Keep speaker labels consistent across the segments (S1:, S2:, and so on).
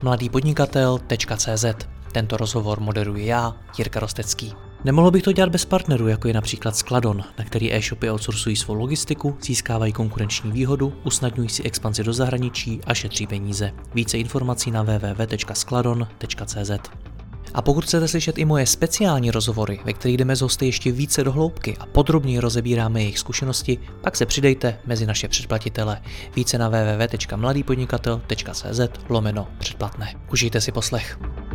S1: mladýpodnikatel.cz. Tento rozhovor moderuji já, Jirka Rostecký. Nemohl bych to dělat bez partnerů, jako je například Skladon, na který e-shopy outsourcují svou logistiku, získávají konkurenční výhodu, usnadňují si expanzi do zahraničí a šetří peníze. Více informací na www.skladon.cz. A pokud chcete slyšet i moje speciální rozhovory, ve kterých jdeme s hosty ještě více do hloubky a podrobněji rozebíráme jejich zkušenosti, pak se přidejte mezi naše předplatitele. Více na www.mladýpodnikatel.cz/předplatné. Užijte si poslech.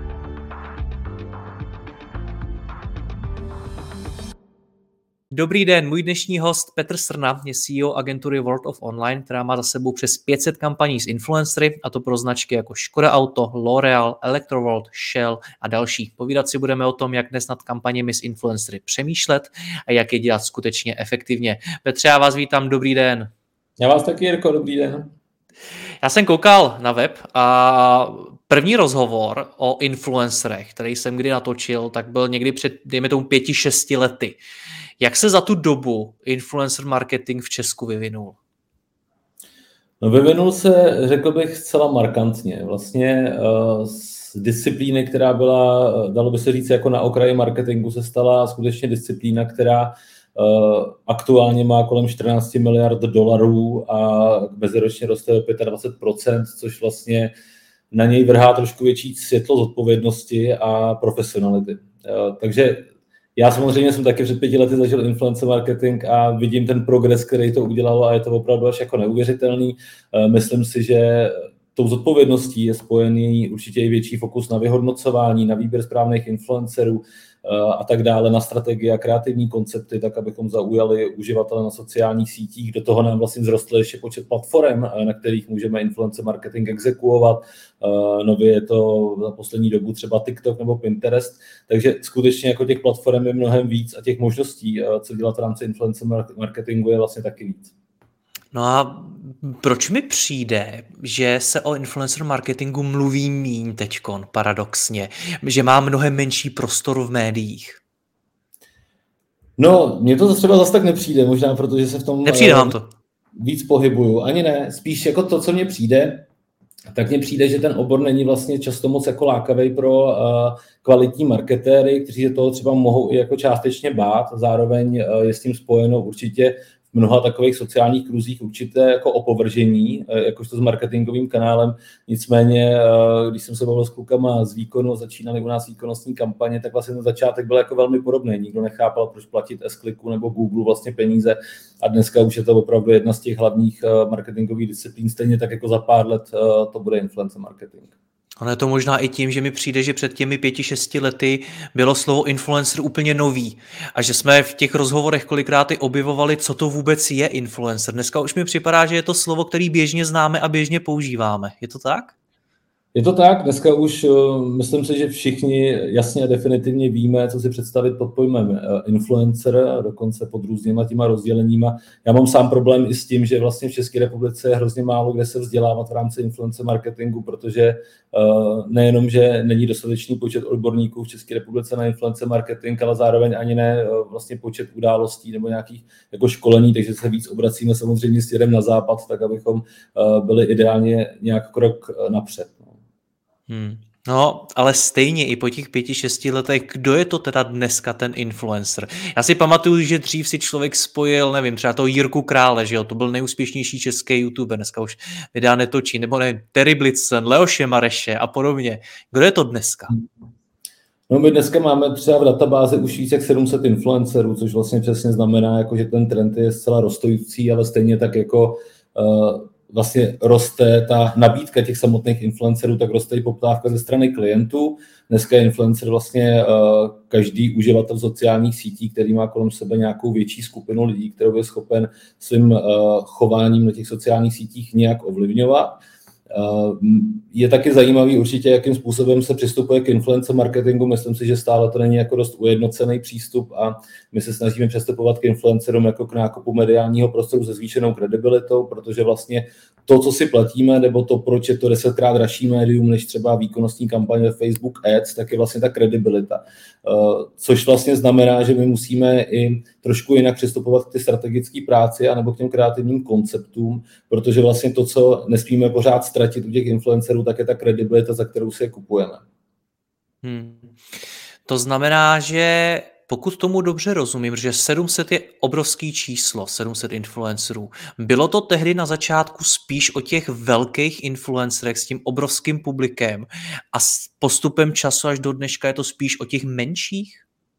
S1: Dobrý den, můj dnešní host Petr Srna je CEO agentury World of Online, která má za sebou přes 500 kampaní s influencery, a to pro značky jako Škoda Auto, L'Oreal, Electroworld, Shell a další. Povídat si budeme o tom, jak dnes nad kampaněmi s influencery přemýšlet a jak je dělat skutečně efektivně. Petře, já vás vítám, dobrý den.
S2: Já vás taky, Jirko, dobrý den.
S1: Já jsem koukal na web a první rozhovor o influencerech, který jsem kdy natočil, tak byl někdy před, dejme tomu, 5-6 lety. Jak se za tu dobu influencer marketing v Česku vyvinul?
S2: No, vyvinul se, řekl bych, zcela markantně. Vlastně z disciplíny, která byla, dalo by se říct, jako na okraji marketingu, se stala skutečně disciplína, která aktuálně má kolem 14 miliard dolarů a meziročně roste o 25%, což vlastně na něj vrhá trošku větší světlo zodpovědnosti a profesionality. Takže já samozřejmě jsem taky před 5 lety zažil influencer marketing a vidím ten progres, který to udělalo, a je to opravdu až jako neuvěřitelný. Myslím si, že tou zodpovědností je spojený určitě i větší fokus na vyhodnocování, na výběr správných influencerů a tak dále, na strategie a kreativní koncepty, tak abychom zaujali uživatele na sociálních sítích. Do toho nám vlastně vzrostl ještě počet platform, na kterých můžeme influencer marketing exekuovat. Nově je to za poslední dobu třeba TikTok nebo Pinterest, takže skutečně jako těch platform je mnohem víc a těch možností, co dělat v rámci influencer marketingu, je vlastně taky víc.
S1: No a proč mi přijde, že se o influencer marketingu mluví míň teďkon, paradoxně, že má mnohem menší prostor v médiích?
S2: No, mně to třeba zase tak nepřijde, možná protože se v tom
S1: nepřijde vám to
S2: víc pohybuju. Ani ne, spíš jako to, co mně přijde, tak mně přijde, že ten obor není vlastně často moc jako lákavý pro kvalitní marketéry, kteří se toho třeba mohou i jako částečně bát. Zároveň je s tím spojeno určitě v mnoha takových sociálních kruzích určité jako opovržení, jakožto s marketingovým kanálem. Nicméně, když jsem se bavil s klukama z výkonu, začínali u nás výkonnostní kampaně, tak vlastně ten začátek byl jako velmi podobný. Nikdo nechápal, proč platit S-Clicku nebo Google vlastně peníze, a dneska už je to opravdu jedna z těch hlavních marketingových disciplín. Stejně tak jako za pár let to bude influencer marketing.
S1: Ono je to možná i tím, že mi přijde, že před těmi 5-6 lety bylo slovo influencer úplně nový a že jsme v těch rozhovorech kolikrát i objevovali, co to vůbec je influencer. Dneska už mi připadá, že je to slovo, který běžně známe a běžně používáme. Je to tak?
S2: Je to tak, dneska už myslím si, že všichni jasně a definitivně víme, co si představit pod pojmem influencer, dokonce pod různýma těma rozděleníma. Já mám sám problém i s tím, že vlastně v České republice je hrozně málo kde se vzdělávat v rámci influencer marketingu, protože nejenom, že není dostatečný počet odborníků v České republice na influencer marketing, ale zároveň ani ne vlastně počet událostí nebo nějakých jako školení, takže se víc obracíme samozřejmě směrem na západ, tak abychom byli ideálně nějak krok napřed.
S1: No, ale stejně i po těch 5-6 letech, kdo je to teda dneska ten influencer? Já si pamatuju, že dřív si člověk spojil, nevím, třeba toho Jirku Krále, že jo, to byl nejúspěšnější český youtuber, dneska už videa netočí, nebo nevím, Terry Blitzen, Leoše Mareše a podobně. Kdo je to dneska?
S2: No, my dneska máme třeba v databázi už víc jak 700 influencerů, což vlastně přesně znamená, jako, že ten trend je zcela rostoucí, ale stejně tak jako vlastně roste ta nabídka těch samotných influencerů, tak roste i poptávka ze strany klientů. Dneska je influencer vlastně každý uživatel sociálních sítí, který má kolem sebe nějakou větší skupinu lidí, kterou je schopen svým chováním na těch sociálních sítích nějak ovlivňovat. Je taky zajímavý určitě, jakým způsobem se přistupuje k influencer marketingu. Myslím si, že stále to není jako dost ujednocený přístup a my se snažíme přistupovat k influencerům jako k nákupu mediálního prostoru se zvýšenou kredibilitou, protože vlastně to, co si platíme, nebo to, proč je to 10krát dražší médium než třeba výkonnostní kampaně Facebook Ads, tak je vlastně ta kredibilita. Což vlastně znamená, že my musíme i trošku jinak přistupovat k té strategické práci anebo k těm kreativním konceptům, protože vlastně to, co nesmíme pořád ztratit u těch influencerů, tak je ta kredibilita, za kterou si je kupujeme.
S1: To znamená, že pokud tomu dobře rozumím, že 700 je obrovský číslo, 700 influencerů. Bylo to tehdy na začátku spíš o těch velkých influencerech s tím obrovským publikem a s postupem času až do dneška je to spíš o těch menších?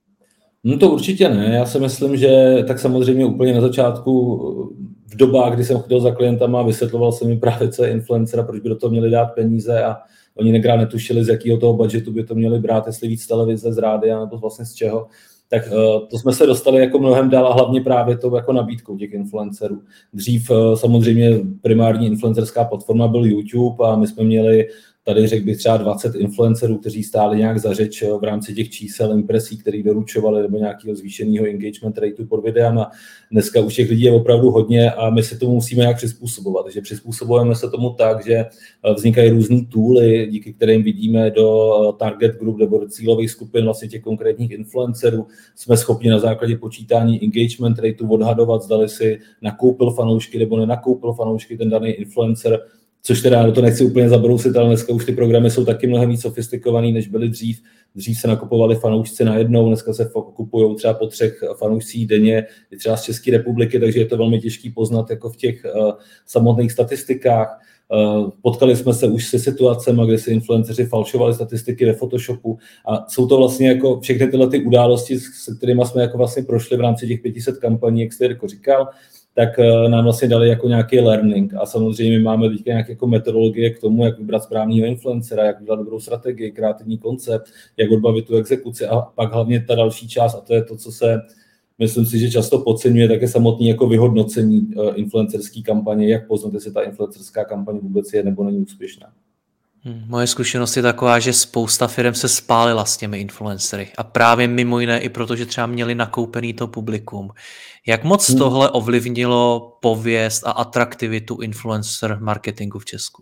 S2: No to určitě ne. Já si myslím, že tak samozřejmě úplně na začátku v dobách, kdy jsem chodil za klientama, vysvětloval jsem mi právě, co je influencer a proč by do toho měli dát peníze a oni nekrát netušili, z jakého toho budgetu by to měli brát, jestli víc televize, z rádia nebo vlastně z čeho. Tak to jsme se dostali jako mnohem dál a hlavně právě to jako nabídkou těch influencerů. Dřív samozřejmě primární influencerská platforma byl YouTube a my jsme měli tady, řekl bych, třeba 20 influencerů, kteří stáli nějak za řeč v rámci těch čísel, impresí, které doručovali, nebo nějakého zvýšeného engagement rateu pod videem. A dneska už těch lidí je opravdu hodně a my se tomu musíme nějak přizpůsobovat. Takže přizpůsobujeme se tomu tak, že vznikají různý tooly, díky kterým vidíme do target group nebo do cílových skupin vlastně těch konkrétních influencerů. Jsme schopni na základě počítání engagement rateu odhadovat, zdali si nakoupil fanoušky nebo nenakoupil fanoušky ten daný influencer. Což teda, to nechci úplně zabrousit, ale dneska už ty programy jsou taky mnohem víc sofistikovaný, než byly dřív. Dřív se nakupovali fanoušci najednou, dneska se kupují třeba po 3 fanoušcích denně, i třeba z České republiky, takže je to velmi těžký poznat jako v těch samotných statistikách. Potkali jsme se už se situacemi, kde si influenceři falšovali statistiky ve Photoshopu a jsou to vlastně jako všechny tyhle ty události, se kterými jsme jako vlastně prošli v rámci těch 500 kampaní, jak jste jako říkal, tak nám vlastně dali jako nějaký learning a samozřejmě máme teď nějaké jako metodologie k tomu, jak vybrat správného influencera, jak udělat dobrou strategii, kreativní koncept, jak odbavit tu exekuci a pak hlavně ta další část a to je to, co se myslím si, že často podceňuje, také samotné jako vyhodnocení influencerské kampaně, jak poznat, jestli ta influencerská kampaně vůbec je nebo není úspěšná.
S1: Moje zkušenost je taková, že spousta firm se spálila s těmi influencery a právě mimo jiné i proto, že třeba měli nakoupený to publikum. Jak moc tohle ovlivnilo pověst a atraktivitu influencer marketingu v Česku?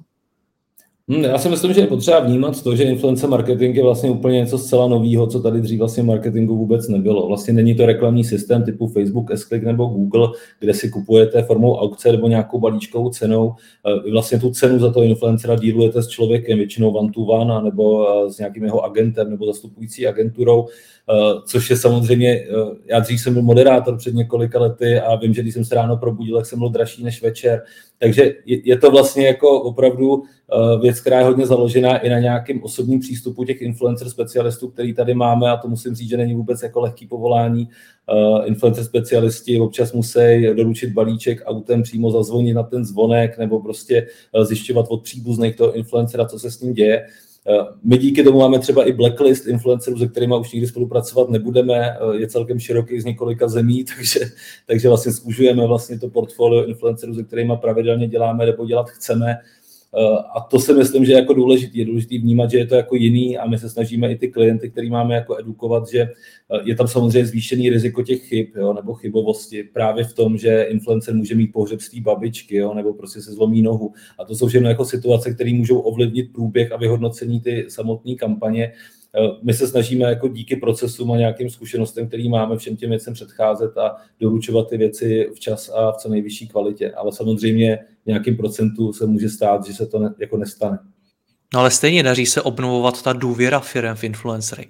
S2: Já si myslím, že je potřeba vnímat to, že influencer marketing je vlastně úplně něco zcela nového, co tady dřív vlastně marketingu vůbec nebylo. Vlastně není to reklamní systém typu Facebook, S-Click nebo Google, kde si kupujete formou aukce nebo nějakou balíčkovou cenou. Vlastně tu cenu za toho influencera dílujete s člověkem, většinou one to one, nebo s nějakým jeho agentem nebo zastupující agenturou, což je samozřejmě, já dřív jsem byl moderátor před několika lety a vím, že když jsem se ráno probudil, tak jsem byl dražší než večer. Takže je to vlastně jako opravdu věc, která je hodně založená i na nějakém osobním přístupu těch influencer specialistů, který tady máme a to musím říct, že není vůbec jako lehký povolání. Influencer specialisti občas musí doručit balíček autem, přímo zazvonit na ten zvonek nebo prostě zjišťovat od příbuzných toho influencera, co se s ním děje. My díky tomu máme třeba i blacklist influencerů, se kterými už nikdy spolupracovat nebudeme, je celkem široký z několika zemí, takže vlastně zúžujeme vlastně to portfolio influencerů, se kterými pravidelně děláme nebo dělat chceme. A to si myslím, že je jako důležitý. Je důležitý vnímat, že je to jako jiný a my se snažíme i ty klienty, který máme jako edukovat, že je tam samozřejmě zvýšený riziko těch chyb, jo, nebo chybovosti právě v tom, že influencer může mít pohřebství babičky, jo, nebo prostě se zlomí nohu. A to jsou všechno jako situace, které můžou ovlivnit průběh a vyhodnocení ty samotné kampaně. My se snažíme jako díky procesům a nějakým zkušenostem, který máme, všem těm věcem předcházet a doručovat ty věci včas a v co nejvyšší kvalitě. Ale samozřejmě nějakým procentu se může stát, že se to jako nestane.
S1: No ale stejně daří se obnovovat ta důvěra firem v influencery.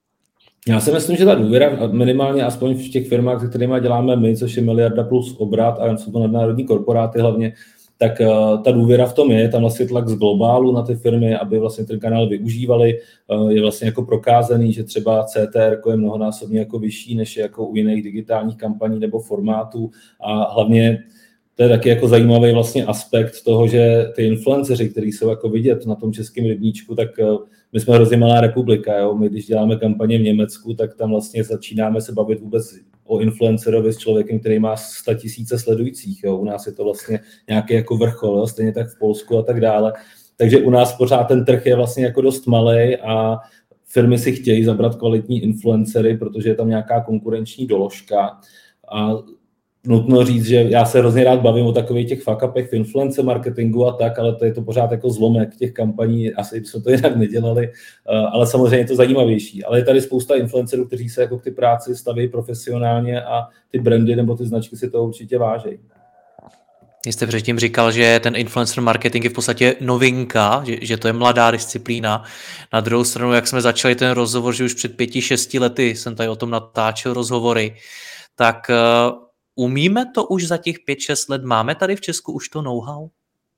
S2: Já si myslím, že ta důvěra minimálně aspoň v těch firmách, se kterými děláme my, což je miliarda plus obrat a jsou to nadnárodní korporáty hlavně, tak ta důvěra v tom je tam vlastně tlak z globálu na ty firmy, aby vlastně ten kanál využívali. Je vlastně jako prokázaný, že třeba CTR je mnohonásobně jako vyšší, než je jako u jiných digitálních kampaní nebo formátů a hlavně to je taky jako zajímavý vlastně aspekt toho, že ty influenceři, kteří jsou jako vidět na tom českém rybníčku, tak my jsme hrozně malá republika. Jo? My když děláme kampaně v Německu, tak tam vlastně začínáme se bavit vůbec o influencerovi s člověkem, který má 100 000 sledujících. Jo? U nás je to vlastně nějaký jako vrchol, jo? Stejně tak v Polsku a tak dále. Takže u nás pořád ten trh je vlastně jako dost malej a firmy si chtějí zabrat kvalitní influencery, protože je tam nějaká konkurenční doložka. A nutno říct, že já se hrozně rád bavím o takových těch fuck-upech v influencer marketingu a tak, ale to je to pořád jako zlomek těch kampaní, asi bychom to jinak nedělali, ale samozřejmě je to zajímavější. Ale je tady spousta influencerů, kteří se jako k ty práci staví profesionálně a ty brandy nebo ty značky si to určitě vážejí.
S1: Jste předtím říkal, že ten influencer marketing je v podstatě novinka, že to je mladá disciplína. Na druhou stranu, jak jsme začali ten rozhovor, že už před 5-6 lety jsem tady o tom natáčel rozhovory, tak umíme to už za těch 5-6 let? Máme tady v Česku už to know-how?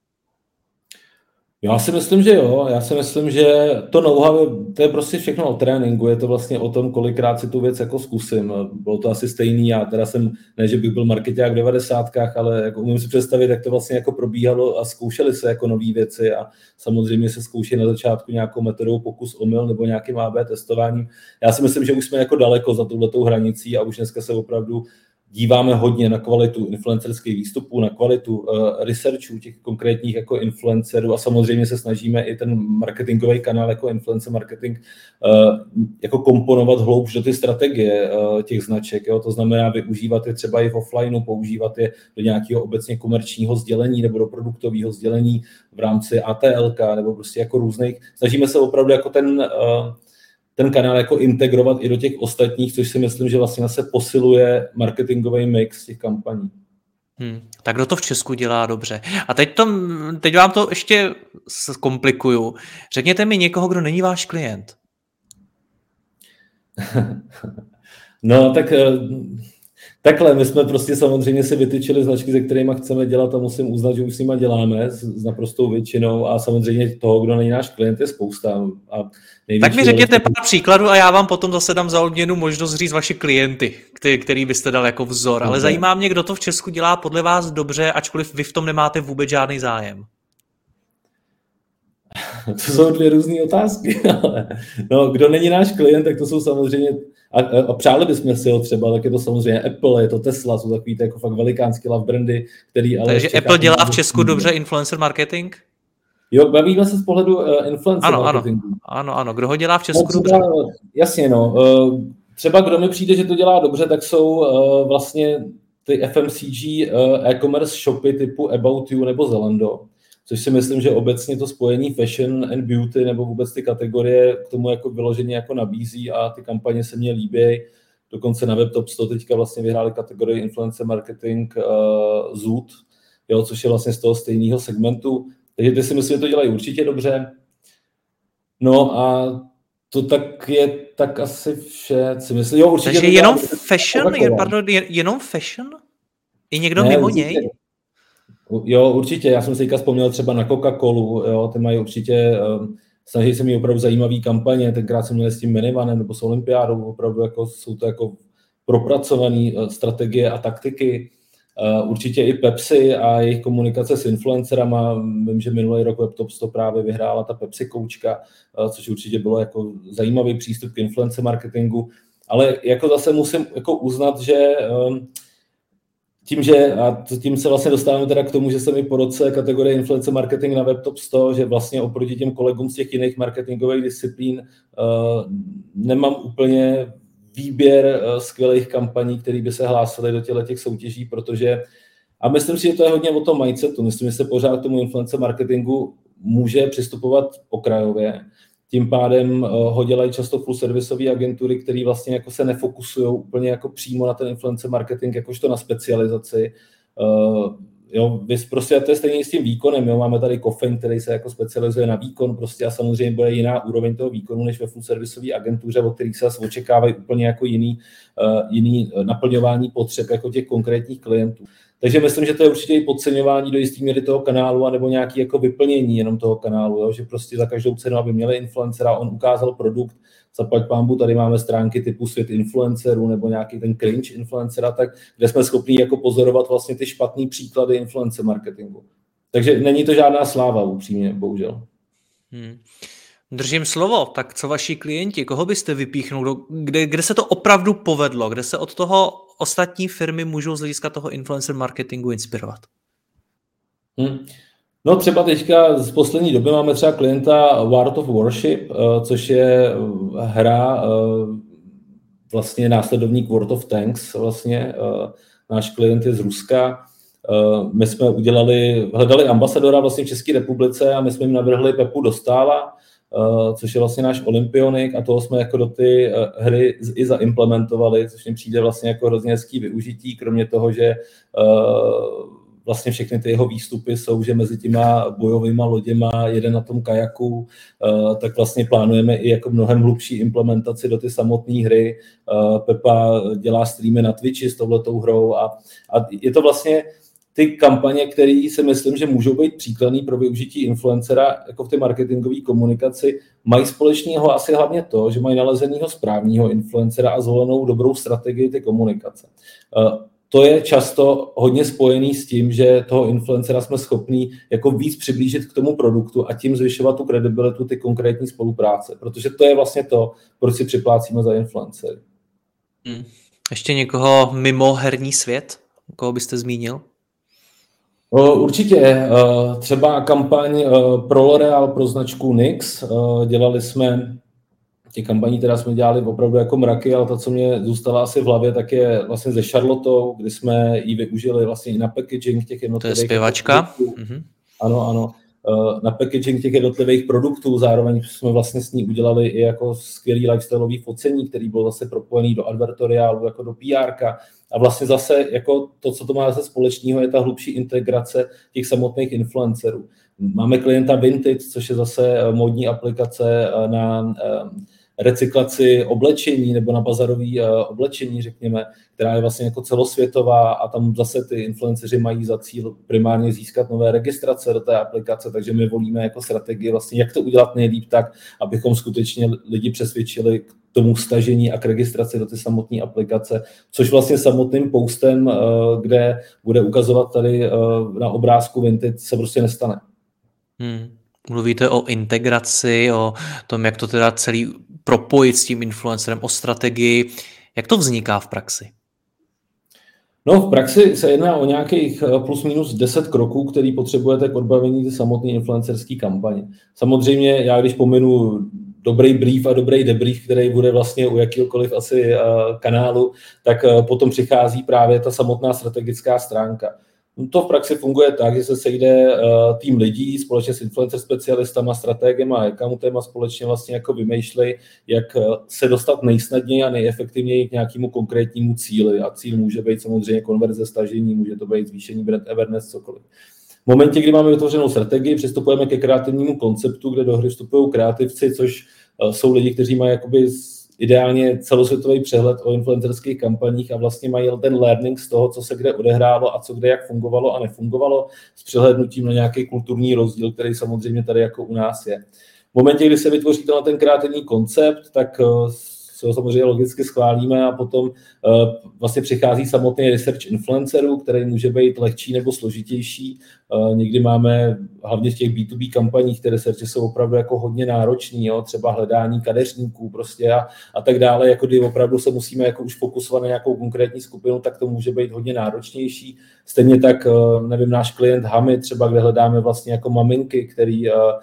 S2: Já si myslím, že jo. Já si myslím, že to know-how, to je prostě všechno o tréninku. Je to vlastně o tom, kolikrát si tu věc jako zkusím. Bylo to asi stejný. Já teda jsem, ne, že bych byl markeťák v 90kách, ale jako umím si představit, jak to vlastně jako probíhalo a zkoušeli se jako nové věci a samozřejmě se zkouší na začátku nějakou metodou pokus omyl nebo nějakým AB testováním. Já si myslím, že už jsme jako daleko za touhletou hranicí a už dneska se opravdu díváme hodně na kvalitu influencerských výstupů, na kvalitu researchů těch konkrétních jako influencerů a samozřejmě se snažíme i ten marketingový kanál jako influencer marketing jako komponovat hloubš do ty strategie těch značek. Jo? To znamená využívat je třeba i v offlineu, používat je do nějakého obecně komerčního sdělení nebo do produktového sdělení v rámci ATLK nebo prostě jako různých. Snažíme se opravdu jako ten kanál jako integrovat i do těch ostatních, což si myslím, že vlastně se posiluje marketingový mix těch kampaní.
S1: Tak kdo to v Česku dělá dobře? A teď vám to ještě zkomplikuju. Řekněte mi někoho, kdo není váš klient.
S2: No, tak takhle, my jsme prostě samozřejmě si vytyčili značky, se kterými chceme dělat a musím uznat, že už s nimi děláme s naprostou většinou a samozřejmě toho, kdo není náš klient, je spousta.
S1: Tak mi řekněte pár příkladů a já vám potom zase dám za odměnu možnost říct vaše klienty, který byste dal jako vzor. Ale zajímá mě, kdo to v Česku dělá podle vás dobře, ačkoliv vy v tom nemáte vůbec žádný zájem.
S2: To jsou dvě různé otázky. No, kdo není náš klient, tak to jsou samozřejmě, a přáli bychom si ho třeba, tak je to samozřejmě Apple, je to Tesla, jsou takový jako fakt velikánský love brandy, který ale...
S1: Takže Apple dělá v Česku dobře influencer marketing?
S2: Jo, bavíme se z pohledu influencer marketingu.
S1: Ano, kdo ho dělá v Česku dobře?
S2: Jasně, no. Třeba kdo mi přijde, že to dělá dobře, tak jsou vlastně ty FMCG e-commerce shopy typu About You nebo Zalando, což si myslím, že obecně to spojení fashion and beauty nebo vůbec ty kategorie k tomu jako vyloženě jako nabízí a ty kampaně se mně líbí. Dokonce na WebTop 100 teďka vlastně vyhráli kategorii influencer marketing Zoot, jo, což je vlastně z toho stejného segmentu. Takže ty si myslím, že to dělají určitě dobře. No a to tak je tak asi vše, si myslím. Jo, určitě.
S1: Takže jenom fashion? Jenom fashion? I někdo mimo určitě. Něj?
S2: Jo, určitě. Já jsem si teďka vzpomněl třeba na Coca-Colu. Jo, ty mají určitě, snaží se mít opravdu zajímavý kampaně. Tenkrát jsem měl s tím Minivanem nebo s Olympiádou. Opravdu jako, jsou to jako propracované strategie a taktiky. Určitě i Pepsi a jejich komunikace s influencerama. Vím, že minulý rok WebTop 100 právě vyhrála ta Pepsi koučka, což určitě bylo jako zajímavý přístup k influencer marketingu. Ale jako zase musím jako uznat, že tím se vlastně dostáváme teda k tomu, že jsem i po roce kategorie influencer marketing na WebTop 100, že vlastně oproti těm kolegům z těch jiných marketingových disciplín nemám úplně výběr skvělých kampaní, které by se hlásily do těch soutěží, protože a myslím si, že to je hodně o tom mindsetu. Myslím, že se pořád k tomu influencer marketingu může přistupovat okrajově. Tím pádem ho dělají často full servisové agentury, které vlastně jako se nefokusují úplně jako přímo na ten influencer marketing, jakožto na specializaci. Jo, prostě to je stejně s tím výkonem. Jo. Máme tady Kofeň, který se jako specializuje na výkon prostě a samozřejmě bude jiná úroveň toho výkonu než ve full servisové agentuře, od kterých se očekávají úplně jako jiný naplňování potřeb jako těch konkrétních klientů. Takže myslím, že to je určitě i podceňování do jistý míry toho kanálu anebo nějaké jako vyplnění jenom toho kanálu, jo? Že prostě za každou cenu, aby měli influencera, on ukázal produkt, zaplať pánbu, tady máme stránky typu svět influencerů nebo nějaký ten cringe influencera, tak kde jsme schopni jako pozorovat vlastně ty špatný příklady influencer marketingu. Takže není to žádná sláva upřímně, bohužel.
S1: Držím slovo, tak co vaši klienti, koho byste vypíchnul, kde se to opravdu povedlo, kde se od toho ostatní firmy můžou z hlediska toho influencer marketingu inspirovat?
S2: No třeba teďka z poslední doby máme třeba klienta World of Warship, což je hra vlastně následovník World of Tanks vlastně, náš klient je z Ruska. My jsme hledali ambasadora vlastně v České republice a my jsme jim navrhli Pepu Dostála, což je vlastně náš olympionik a toho jsme jako do ty hry i zaimplementovali, což mi přijde vlastně jako hrozně hezký využití, kromě toho, že vlastně všechny ty jeho výstupy jsou, že mezi těma bojovýma loděma jede na tom kajaku, tak vlastně plánujeme i jako mnohem hlubší implementaci do ty samotné hry. Pepa dělá streamy na Twitchi s touhletou hrou a je to vlastně ty kampaně, které si myslím, že můžou být příkladný pro využití influencera jako v té marketingové komunikaci, mají společného asi hlavně to, že mají nalezenýho správného influencera a zvolenou dobrou strategii ty komunikace. To je často hodně spojený s tím, že toho influencera jsme schopní jako víc přiblížit k tomu produktu a tím zvyšovat tu kredibilitu ty konkrétní spolupráce, protože to je vlastně to, proč si připlácíme za influencery.
S1: Ještě někoho mimo herní svět? Koho byste zmínil?
S2: Určitě. Třeba kampaň pro L'Oréal pro značku NYX. Dělali jsme těch kampaní, která jsme dělali opravdu jako mraky, ale to, co mě zůstala asi v hlavě, tak je vlastně se Charlottou, kdy jsme ji využili vlastně i na packaging těch jednotlivých.
S1: To je zpěvačka?
S2: Ano. Na packaging těch jednotlivých produktů, zároveň jsme vlastně s ní udělali i jako skvělý lifestyleový focení, který byl zase propojený do advertoriálu, jako do PR-ka. A vlastně zase jako to, co to má zase společného, je ta hlubší integrace těch samotných influencerů. Máme klienta Vintage, což je zase módní aplikace na recyklaci oblečení nebo na bazarový oblečení, řekněme, která je vlastně jako celosvětová a tam zase ty influenceři mají za cíl primárně získat nové registrace do té aplikace, takže my volíme jako strategii vlastně, jak to udělat nejlíp tak, abychom skutečně lidi přesvědčili k tomu stažení a k registraci do té samotné aplikace, což vlastně samotným postem, kde bude ukazovat tady na obrázku Vintage, se prostě nestane.
S1: Mluvíte o integraci, o tom, jak to teda celý propojit s tím influencerem, o strategii. Jak to vzniká v praxi?
S2: No, v praxi se jedná o nějakých plus minus 10 kroků, který potřebujete k odbavení ty samotné influencerské kampaně. Samozřejmě, já když pominu dobrý brief a dobrý debrief, který bude vlastně u jakýkoliv asi kanálu, tak potom přichází právě ta samotná strategická stránka. To v praxi funguje tak, že se sejde tým lidí společně s influencer specialistama, strategem a accountem a společně vlastně jako vymýšlej, jak se dostat nejsnadněji a nejefektivněji k nějakému konkrétnímu cíli. A cíl může být samozřejmě konverze, stažení, může to být zvýšení brand awareness, cokoliv. V momentě, kdy máme vytvořenou strategii, přistupujeme ke kreativnímu konceptu, kde do hry vstupují kreativci, což jsou lidi, kteří mají jakoby ideálně celosvětový přehled o influencerských kampaních a vlastně mají ten learning z toho, co se kde odehrálo a co kde jak fungovalo a nefungovalo s přihlédnutím na nějaký kulturní rozdíl, který samozřejmě tady jako u nás je. V momentě, kdy se vytvoří ten kreativní koncept, tak se ho samozřejmě logicky schválíme a potom vlastně přichází samotný research influencerů, který může být lehčí nebo složitější. Někdy máme hlavně v těch B2B kampaních, které researchy jsou opravdu jako hodně náročný, jo? Třeba hledání kadeřníků prostě a tak dále, jako kdy opravdu se musíme jako už fokusovat na nějakou konkrétní skupinu, tak to může být hodně náročnější. Stejně tak, nevím, náš klient Hamy, třeba kde hledáme vlastně jako maminky, který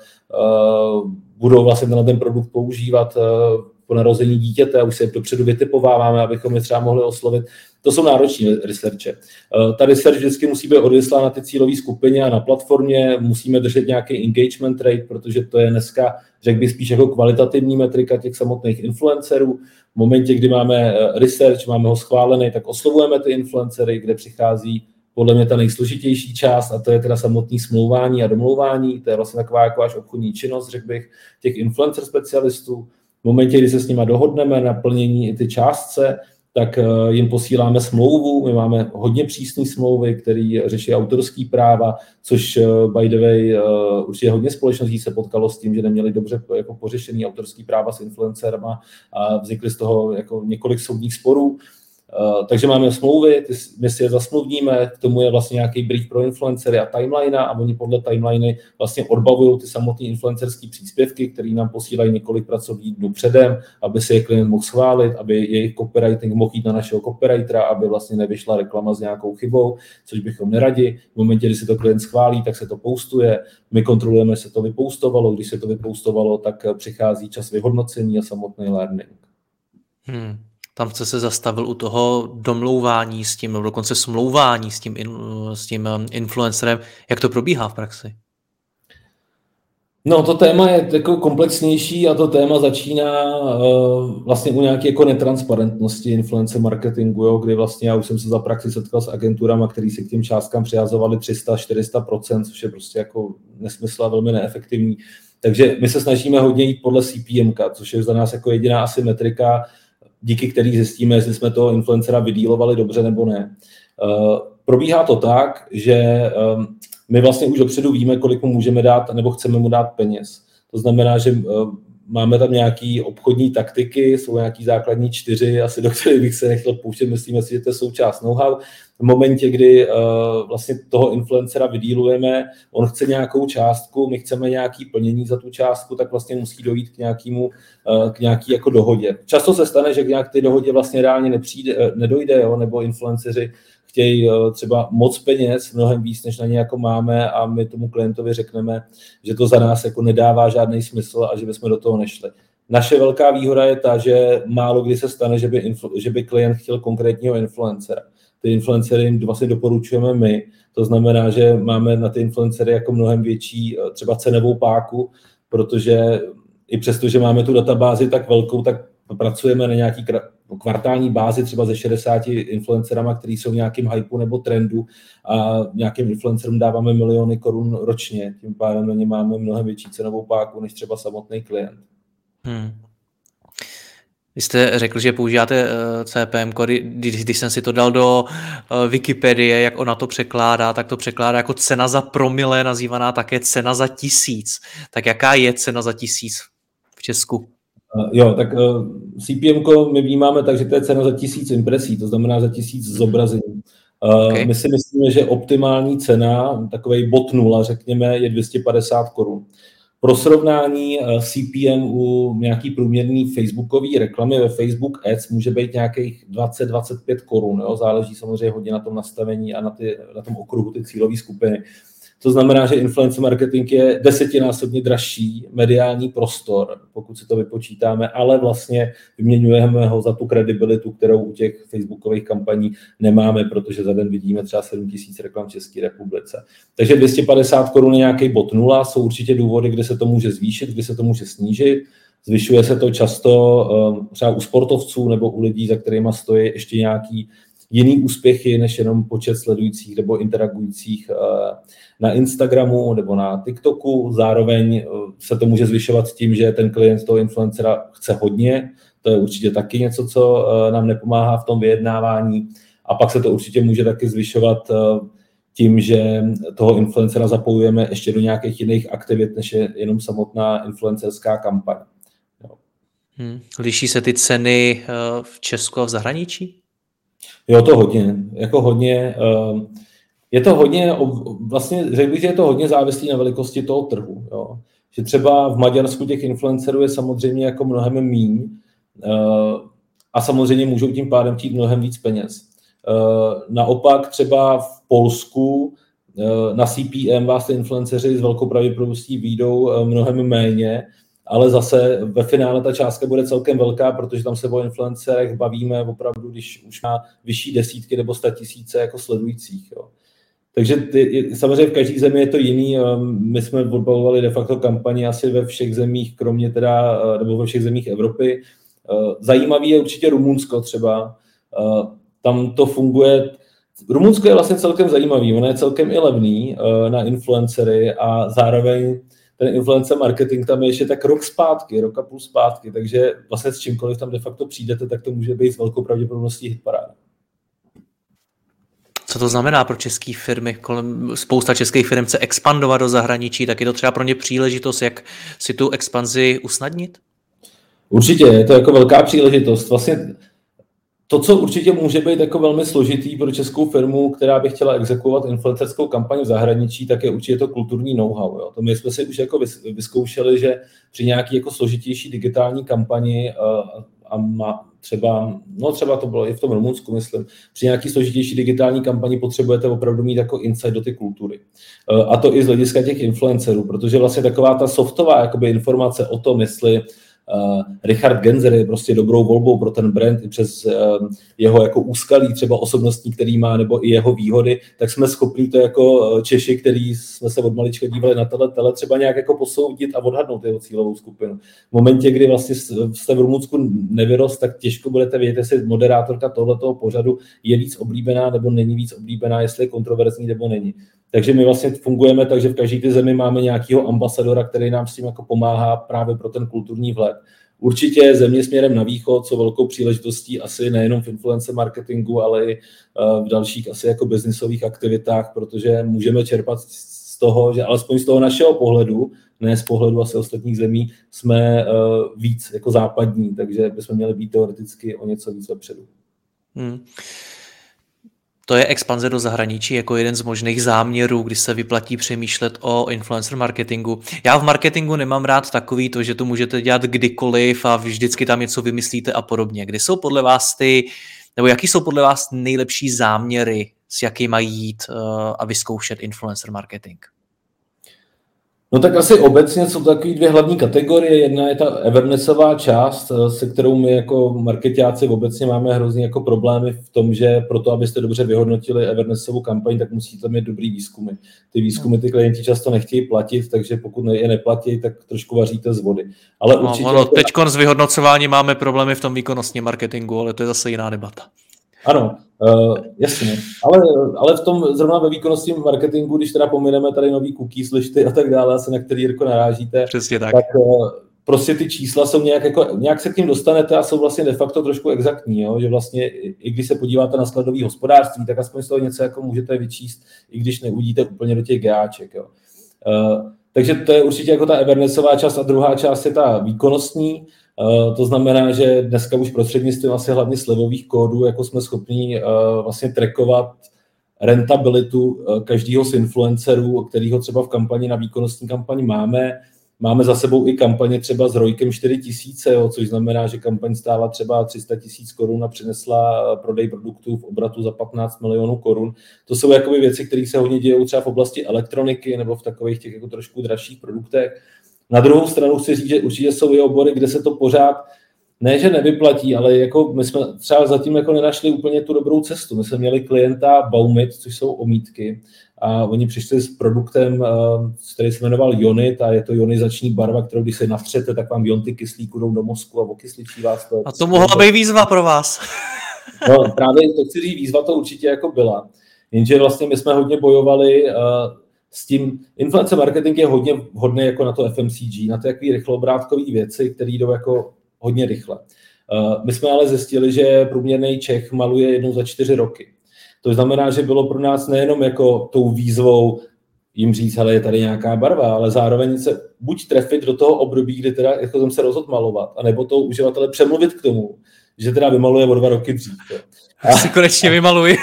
S2: budou vlastně ten produkt používat po narození dítěte a už se dopředu vytipováváme, abychom je třeba mohli oslovit. To jsou nároční researche. Ta research vždycky musí být odvyslá na ty cílové skupině a na platformě, musíme držet nějaký engagement rate, protože to je dneska, řekl bych, spíš jako kvalitativní metrika těch samotných influencerů. V momentě, kdy máme research, máme ho schválený, tak oslovujeme ty influencery, kde přichází podle mě ta nejsložitější část, a to je teda samotný smlouvání a domlouvání, to je vlastně taková jako až obchodní činnost, řekl bych, těch influencer specialistů. V momentě, kdy se s nimi dohodneme na plnění i ty částce, tak jim posíláme smlouvu. My máme hodně přísné smlouvy, které řeší autorský práva, což by the way určitě hodně společností se potkalo s tím, že neměli dobře jako pořešený autorský práva s influencerama a vznikly z toho jako několik soudních sporů. Takže máme smlouvy, my si je zasmluvníme, k tomu je vlastně nějaký brief pro influencery a timeline a oni podle timeliny vlastně odbavují ty samotné influencerské příspěvky, které nám posílají několik pracovních dnů předem, aby si je klient mohl schválit, aby jejich copywriting mohl jít na našeho copywritera, aby vlastně nevyšla reklama s nějakou chybou, což bychom neradi. V momentě, kdy si to klient schválí, tak se to postuje, my kontrolujeme, jestli to vypostovalo, když se to vypostovalo, tak přichází čas vyhodnocení a samotný learning.
S1: Tam jste se zastavil u toho domlouvání s tím, nebo dokonce smlouvání s tím influencerem. Jak to probíhá v praxi?
S2: No, to téma je jako komplexnější a to téma začíná vlastně u nějaké jako netransparentnosti influencer marketingu, jo, kdy vlastně já už jsem se za praxi setkal s agenturama, který si k těm částkám přihazovali 300-400%, což je prostě jako nesmysl a velmi neefektivní. Takže my se snažíme hodně jít podle CPM, což je za nás jako jediná asi metrika, díky který zjistíme, jestli jsme toho influencera vydílovali dobře nebo ne. Probíhá to tak, že my vlastně už dopředu víme, kolik mu můžeme dát nebo chceme mu dát peněz. To znamená, že máme tam nějaké obchodní taktiky, jsou nějaký základní 4, asi do kterých bych se nechtěl pouštět, myslíme si, že to je součást know-how. V momentě, kdy vlastně toho influencera vydílujeme, on chce nějakou částku, my chceme nějaké plnění za tu částku, tak vlastně musí dojít k nějaký jako dohodě. Často se stane, že k nějaké dohodě vlastně reálně nedojde, jo, nebo influenceři chtějí třeba moc peněz, mnohem víc, než na ně jako máme a my tomu klientovi řekneme, že to za nás jako nedává žádný smysl a že bychom do toho nešli. Naše velká výhoda je ta, že málo kdy se stane, že by klient chtěl konkrétního influencera. Ty influencery jim vlastně doporučujeme my, to znamená, že máme na ty influencery jako mnohem větší třeba cenovou páku, protože i přesto, že máme tu databázi tak velkou, tak pracujeme na nějaký kvartální bázi třeba ze 60 influencerama, který jsou v nějakým hypeu nebo trendu a nějakým influencerům dáváme miliony korun ročně. Tím pádem na ně máme mnohem větší cenovou páku než třeba samotný klient.
S1: Vy jste řekl, že používáte CPM kody, když jsem si to dal do Wikipedie, jak ona to překládá, tak to překládá jako cena za promile, nazývaná také cena za 1000. Tak jaká je cena za 1000 v Česku?
S2: Jo, tak CPM my vnímáme tak, že to je cena za 1000 impresí, to znamená za 1000 zobrazení. Okay. My si myslíme, že optimální cena, takovej bod 0, řekněme, je 250 korun. Pro srovnání CPM u nějaký průměrný facebookový reklamy ve Facebook Ads může být nějakých 20-25 korun. Jo? Záleží samozřejmě hodně na tom nastavení a na tom okruhu ty cílové skupiny. To znamená, že influencer marketing je 10násobně dražší mediální prostor, pokud si to vypočítáme, ale vlastně vyměňujeme ho za tu kredibilitu, kterou u těch facebookových kampaní nemáme, protože za den vidíme třeba 7000 reklam v České republice. Takže 250 korun je nějaký bod 0, jsou určitě důvody, kde se to může zvýšit, kde se to může snížit. Zvyšuje se to často třeba u sportovců nebo u lidí, za kterýma stojí ještě nějaký jiný úspěchy, než jenom počet sledujících nebo interagujících na Instagramu nebo na TikToku. Zároveň se to může zvyšovat s tím, že ten klient toho influencera chce hodně. To je určitě taky něco, co nám nepomáhá v tom vyjednávání. A pak se to určitě může taky zvyšovat tím, že toho influencera zapojujeme ještě do nějakých jiných aktivit, než je jenom samotná influencerská kampaň.
S1: Liší se ty ceny v Česku a v zahraničí?
S2: Jo, to hodně. Jako hodně. Je to hodně, vlastně řekl bych, že je to hodně závislý na velikosti toho trhu. Jo. Že třeba v Maďarsku těch influencerů je samozřejmě jako mnohem míň a samozřejmě můžou tím pádem chtít mnohem víc peněz. Naopak třeba v Polsku na CPM vás ty influenceři s velkou pravděpodobností vyjdou mnohem méně, ale zase ve finále ta částka bude celkem velká, protože tam se o influencerech bavíme opravdu, když už má vyšší desítky nebo 100 000 jako sledujících. Jo. Takže samozřejmě v každé zemi je to jiný. My jsme odbavovali de facto kampaně asi ve všech zemích, kromě teda, nebo ve všech zemích Evropy. Zajímavý je určitě Rumunsko třeba. Tam to funguje. Rumunsko je vlastně celkem zajímavý. Ono je celkem i levný na influencery a zároveň ten influencer marketing tam je ještě tak rok a půl zpátky, takže vlastně s čímkoliv tam de facto přijdete, tak to může být s velkou pravděpodobností hitparáda.
S1: Co to znamená pro české firmy? Spousta českých firm chce expandovat do zahraničí, tak je to třeba pro ně příležitost, jak si tu expanzi usnadnit?
S2: Určitě, je to jako velká příležitost. Vlastně to, co určitě může být jako velmi složitý pro českou firmu, která by chtěla exekuovat influencerskou kampaň v zahraničí, tak je určitě to kulturní know-how. Jo. To my jsme si už jako vyzkoušeli, že při nějaký jako složitější digitální kampani třeba to bylo i v tom Rumunsku, myslím, při nějaký složitější digitální kampani potřebujete opravdu mít jako insight do ty kultury. A to i z hlediska těch influencerů, protože vlastně taková ta softová jakoby informace o tom, jestli Richard Genzer je prostě dobrou volbou pro ten brand i přes jeho jako úskalí třeba osobnostní, který má, nebo i jeho výhody, tak jsme schopni to jako Češi, který jsme se od malička dívali na tele, třeba nějak jako posoudit a odhadnout jeho cílovou skupinu. V momentě, kdy vlastně jste v Rumunsku nevyrost, tak těžko budete vědět, jestli moderátorka tohletoho pořadu je víc oblíbená nebo není víc oblíbená, jestli je kontroverzní nebo není. Takže my vlastně fungujeme tak, že v každé té zemi máme nějakého ambasadora, který nám s tím jako pomáhá právě pro ten kulturní vhled. Určitě země směrem na východ jsou velkou příležitostí asi nejenom v influencer marketingu, ale i v dalších asi jako biznisových aktivitách, protože můžeme čerpat z toho, že alespoň z toho našeho pohledu, ne z pohledu asi ostatních zemí, jsme víc jako západní, takže bychom měli být teoreticky o něco víc vepředu.
S1: To je expanze do zahraničí jako jeden z možných záměrů, kdy se vyplatí přemýšlet o influencer marketingu. Já v marketingu nemám rád takový to, že to můžete dělat kdykoliv a vždycky tam něco vymyslíte a podobně. Kdy jsou podle vás nebo jaký jsou podle vás nejlepší záměry, s jaký mají jít a vyzkoušet influencer marketing?
S2: No tak asi obecně jsou takové dvě hlavní kategorie. Jedna je ta awarenessová část, se kterou my jako marketáci obecně máme hrozně jako problémy v tom, že proto, abyste dobře vyhodnotili awarenessovou kampaň, tak musíte mít dobrý výzkumy. Ty výzkumy ty klienti často nechtějí platit, takže pokud je neplatí, tak trošku vaříte z vody. Ale určitě
S1: teďkon s vyhodnocováním máme problémy v tom výkonnostním marketingu, ale to je zase jiná debata.
S2: Ano, jasně, ale v tom zrovna ve výkonnostním marketingu, když teda pomineme tady nový cookies, listy a tak dále, na který Jirko narážíte,
S1: přesně tak
S2: prostě ty čísla jsou nějak se k tím dostanete a jsou vlastně de facto trošku exaktní, jo? Že vlastně i když se podíváte na skladový hospodářství, tak aspoň z toho něco jako můžete vyčíst, i když neudíte úplně do těch GAček. Jo? Takže to je určitě jako ta awarenessová část a druhá část je ta výkonnostní. To znamená, že dneska už prostřednictvím asi hlavně slevových kódů jako jsme schopni vlastně trackovat rentabilitu každého z influencerů, kterýho třeba v kampani na výkonnostní kampani máme. Máme za sebou i kampaně třeba s ROIkem 4000, což znamená, že kampaň stála třeba 300 000 korun a přinesla prodej produktů v obratu za 15 milionů korun. To jsou jakoby věci, které se hodně dějí třeba v oblasti elektroniky nebo v takových těch jako trošku dražších produktech. Na druhou stranu chci říct, že určitě jsou i obory, kde se to pořád ne, že nevyplatí, ale jako my jsme třeba zatím jako nenašli úplně tu dobrou cestu. My jsme měli klienta Baumit, což jsou omítky, a oni přišli s produktem, který se jmenoval Ionit, a je to ionizační barva, kterou když se natřete, tak vám ionty kyslíku jdou do mozku a okysličí vás to.
S1: A to mohla být výzva pro vás.
S2: No, právě to chci říct, výzva to určitě jako byla. Jenže vlastně my jsme hodně bojovali s tím. Influencer marketing je hodně vhodný jako na to FMCG, na ty jaký rychloobrátkový věci, které jdou jako hodně rychle. My jsme ale zjistili, že průměrný Čech maluje jednou za 4 roky. To znamená, že bylo pro nás nejenom jako tou výzvou jim říct, hele, je tady nějaká barva, ale zároveň se buď trefit do toho období, kdy teda jako jsem se rozhodl malovat, anebo toho uživatele přemluvit k tomu, že teda vymaluje o 2 roky dřív.
S1: Si konečně vymaluji.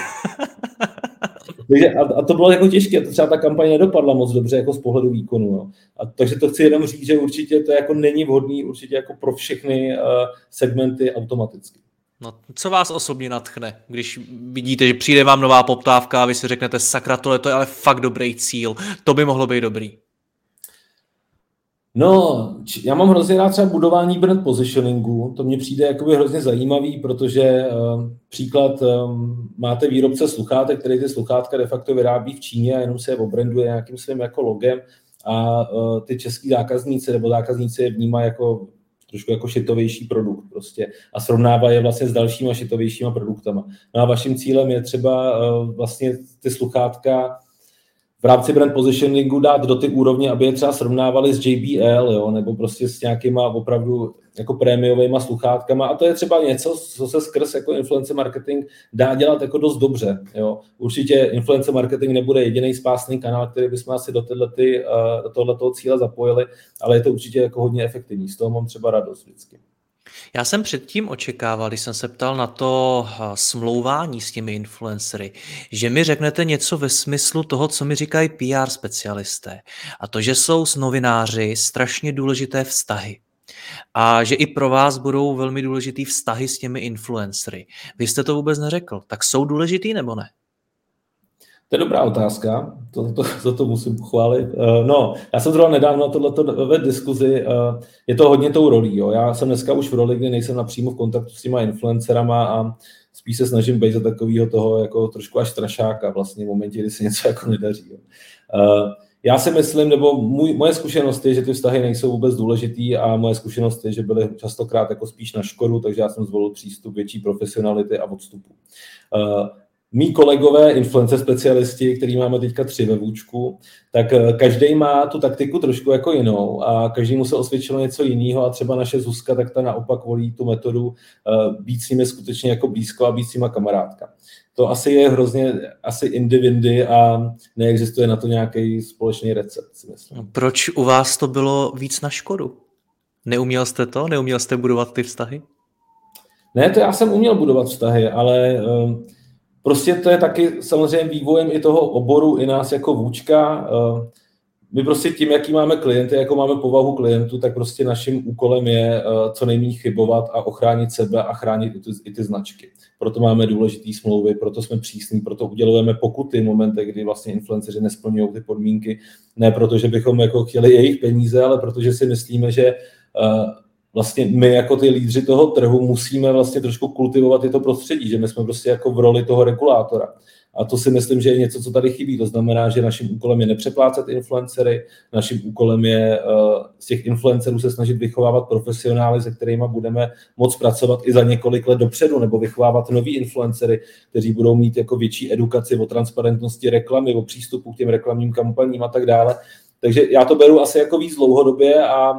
S2: A to bylo jako těžké, to třeba ta kampaň nedopadla moc dobře jako z pohledu výkonu. No. A takže to chci jenom říct, že určitě to jako není vhodný určitě jako pro všechny segmenty automaticky.
S1: No, co vás osobně nadchne, když vidíte, že přijde vám nová poptávka a vy si řeknete, sakra, tohle to je ale fakt dobrý cíl, to by mohlo být dobrý?
S2: No, já mám hrozně rád třeba budování brand positioningu, to mně přijde jakoby hrozně zajímavý, protože příklad, máte výrobce sluchátek, který ty sluchátka de facto vyrábí v Číně a jenom se je obranduje nějakým svým jako logem a ty český zákazníci nebo zákazníci je vnímají jako trošku jako šitovější produkt prostě a srovnávají je vlastně s dalšíma šitovějšíma produktama. No a vaším cílem je třeba vlastně ty sluchátka v rámci brand positioningu dát do ty úrovně, aby je třeba srovnávali s JBL, jo, nebo prostě s nějakýma opravdu jako prémiovejma sluchátkama. A to je třeba něco, co se skrz jako influencer marketing dá dělat jako dost dobře. Jo. Určitě influencer marketing nebude jediný spásný kanál, který bychom asi do tohoto cíle zapojili, ale je to určitě jako hodně efektivní. Z toho mám třeba radost vždycky.
S1: Já jsem předtím očekával, když jsem se ptal na to smlouvání s těmi influencery, že mi řeknete něco ve smyslu toho, co mi říkají PR specialisté. A to, že jsou s novináři strašně důležité vztahy. A že i pro vás budou velmi důležitý vztahy s těmi influencery. Vy jste to vůbec neřekl. Tak jsou důležitý nebo ne?
S2: To je dobrá otázka, to musím pochválit. No, já jsem zrovna nedávno tohleto ve diskuzi, je to hodně tou rolí. Jo. Já jsem dneska už v roli, kdy nejsem napřímo v kontaktu s těma influencerama a spíš se snažím být za takového toho jako trošku až strašáka vlastně v momentě, kdy se něco jako nedaří. Jo. Já si myslím, nebo moje zkušenost je, že ty vztahy nejsou vůbec důležitý a moje zkušenost je, že byly častokrát jako spíš na škodu, takže já jsem zvolil přístup větší profesionality a odstupu. Mí kolegové, influencer specialisti, který máme teďka 3 ve Vůčku, tak každý má tu taktiku trošku jako jinou a každý mu se osvědčilo něco jiného a třeba naše Zuzka, tak ta naopak volí tu metodu být s nimi skutečně jako blízko a být s nima kamarádka. To asi je hrozně individy a neexistuje na to nějaký společný recept, si myslím.
S1: Proč u vás to bylo víc na škodu? Neuměl jste to? Neuměl jste budovat ty vztahy?
S2: Ne, to já jsem uměl budovat vztahy, ale prostě to je taky samozřejmě vývojem i toho oboru, i nás jako Vůčka. My prostě tím, jaký máme klienty, jako máme povahu klientů, tak prostě naším úkolem je co nejméně chybovat a ochránit sebe a chránit i ty značky. Proto máme důležitý smlouvy, proto jsme přísní, proto udělujeme pokuty v momentech, kdy vlastně influenceři nesplňují ty podmínky. Ne proto, že bychom jako chtěli jejich peníze, ale protože si myslíme, že vlastně my jako ty lídři toho trhu musíme vlastně trošku kultivovat i to prostředí, že my jsme prostě jako v roli toho regulátora. A to si myslím, že je něco, co tady chybí. To znamená, že naším úkolem je nepřeplácet influencery, naším úkolem je z těch influencerů se snažit vychovávat profesionály, se kterými budeme moct pracovat i za několik let dopředu, nebo vychovávat nový influencery, kteří budou mít jako větší edukaci o transparentnosti reklamy, o přístupu k těm reklamním kampaním a tak dále. Takže já to beru asi jako víc dlouhodobě a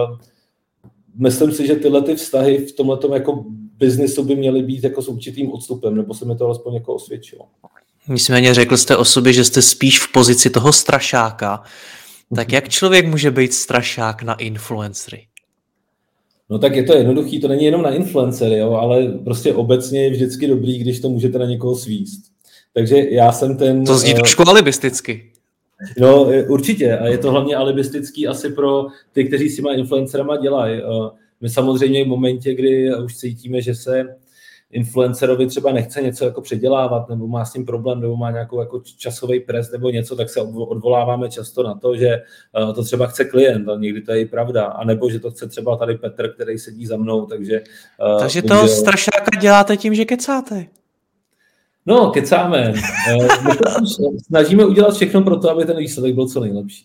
S2: myslím si, že tyhle ty vztahy v tomhletom jako biznisu by měly být jako s určitým odstupem, nebo se mi to alespoň jako osvědčilo.
S1: Nicméně řekl jste o sobě, že jste spíš v pozici toho strašáka. Tak jak člověk může být strašák na influencery?
S2: No tak je to jednoduchý, to není jenom na influencery, jo, ale prostě obecně je vždycky dobrý, když to můžete na někoho svíst. Takže já jsem ten...
S1: To zní trošku alibisticky.
S2: No určitě a je to hlavně alibistický asi pro ty, kteří s těma influencerama dělají. My samozřejmě v momentě, kdy už cítíme, že se influencerovi třeba nechce něco jako předělávat, nebo má s tím problém, nebo má nějakou jako časový pres nebo něco, tak se odvoláváme často na to, že to třeba chce klient, a někdy to je i pravda, anebo že to chce třeba tady Petr, který sedí za mnou, takže...
S1: Takže toho strašáka děláte tím, že kecáte.
S2: No, kecáme. My snažíme udělat všechno pro to, aby ten výsledek byl co nejlepší.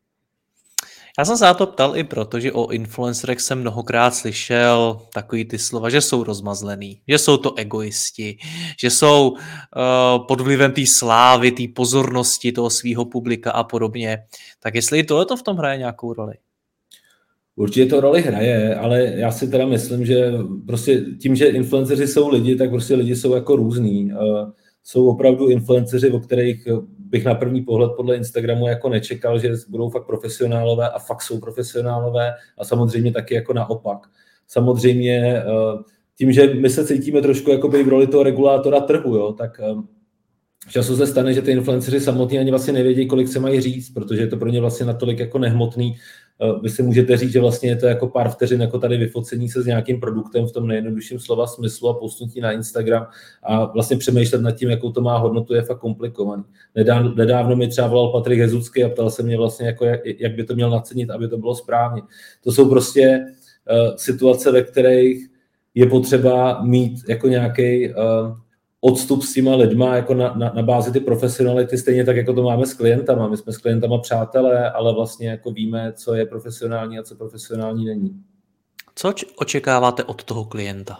S1: Já jsem se na to ptal i proto, že o influencerech jsem mnohokrát slyšel takový ty slova, že jsou rozmazlený, že jsou to egoisti, že jsou pod vlivem té slávy, té pozornosti toho svého publika a podobně. Tak jestli i tohleto v tom hraje nějakou roli?
S2: Určitě to roli hraje, ale já si teda myslím, že prostě tím, že influenceři jsou lidi, tak prostě lidi jsou jako různý. Jsou opravdu influenceři, o kterých bych na první pohled podle Instagramu jako nečekal, že budou fakt profesionálové a fakt jsou profesionálové a samozřejmě taky jako naopak. Samozřejmě tím, že my se cítíme trošku jako v roli toho regulátora trhu, jo, tak času se stane, že ty influenceři samotní ani vlastně nevědí, kolik se mají říct, protože je to pro ně vlastně natolik jako nehmotný. Vy si můžete říct, že vlastně je to jako pár vteřin jako tady vyfocení se s nějakým produktem v tom nejjednodušším slova smyslu a postnutí na Instagram a vlastně přemýšlet nad tím, jakou to má hodnotu, je fakt komplikovaný. Nedávno mi třeba volal Patrik Hezucký a ptal se mě vlastně, jako jak by to měl nacenit, aby to bylo správně. To jsou prostě situace, ve kterých je potřeba mít jako nějaký odstup s těma lidma jako na bázi ty profesionality, stejně tak, jako to máme s klientama. My jsme s klientama přátelé, ale vlastně jako víme, co je profesionální a co profesionální není.
S1: Co očekáváte od toho klienta?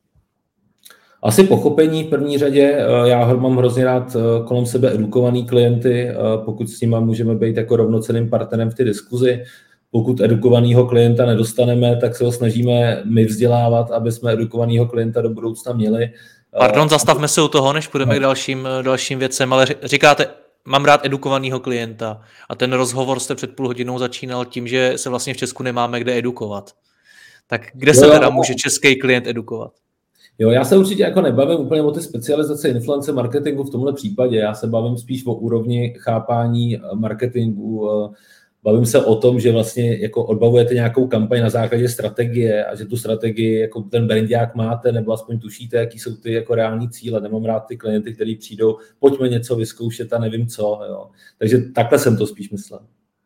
S2: Asi pochopení v první řadě. Já mám hrozně rád kolem sebe edukovaný klienty, pokud s nimi můžeme být jako rovnocenným partnerem v té diskuzi. Pokud edukovaného klienta nedostaneme, tak se ho snažíme my vzdělávat, aby jsme edukovaného klienta do budoucna měli.
S1: Pardon, zastavme se u toho, než půjdeme k dalším věcem, ale říkáte, mám rád edukovaného klienta a ten rozhovor jste před půl hodinou začínal tím, že se vlastně v Česku nemáme kde edukovat. Tak kde se teda může český klient edukovat?
S2: Jo, já se určitě jako nebavím úplně o ty specializace influencer marketingu v tomhle případě, já se bavím spíš o úrovni chápání marketingu, bavím se o tom, že vlastně jako odbavujete nějakou kampaň na základě strategie a že tu strategii jako ten brandák máte, nebo aspoň tušíte, jaký jsou ty jako reální cíle. Nemám rád ty klienty, kteří přijdou, pojďme něco vyzkoušet a nevím co. Jo. Takže takhle jsem to spíš myslel.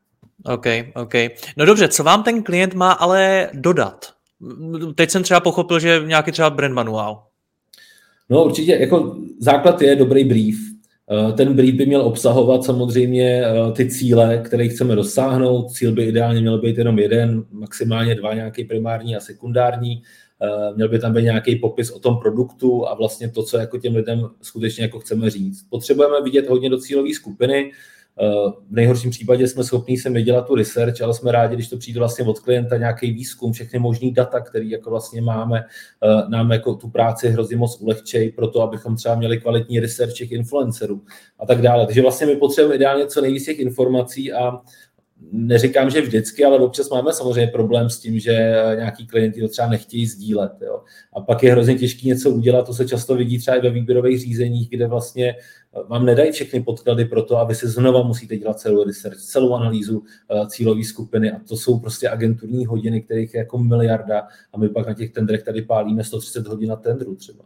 S1: OK. No dobře, co vám ten klient má ale dodat? Teď jsem třeba pochopil, že nějaký třeba brand manuál.
S2: No určitě, jako základ je dobrý brief. Ten brief by měl obsahovat samozřejmě ty cíle, které chceme dosáhnout. Cíl by ideálně měl být jenom jeden, maximálně 2, nějaký primární a sekundární. Měl by tam být nějaký popis o tom produktu a vlastně to, co jako těm lidem skutečně jako chceme říct. Potřebujeme vidět hodně do cílové skupiny. V nejhorším případě jsme schopni se dělat tu research, ale jsme rádi, když to přijde vlastně od klienta, nějaký výzkum, všechny možný data, který jako vlastně máme, nám jako tu práci hrozně moc ulehčej pro to, abychom třeba měli kvalitní research těch influencerů a tak dále. Takže vlastně my potřebujeme ideálně co nejvíc těch informací a neříkám, že vždycky, ale občas máme samozřejmě problém s tím, že nějaký klienti to třeba nechtějí sdílet. Jo. A pak je hrozně těžké něco udělat, to se často vidí třeba i ve výběrových řízeních, kde vlastně vám nedají všechny podklady pro to, aby si znova musíte dělat celou research, celou analýzu cílové skupiny a to jsou prostě agenturní hodiny, kterých je jako miliarda a my pak na těch tendrech tady pálíme 130 hodin na tendru třeba.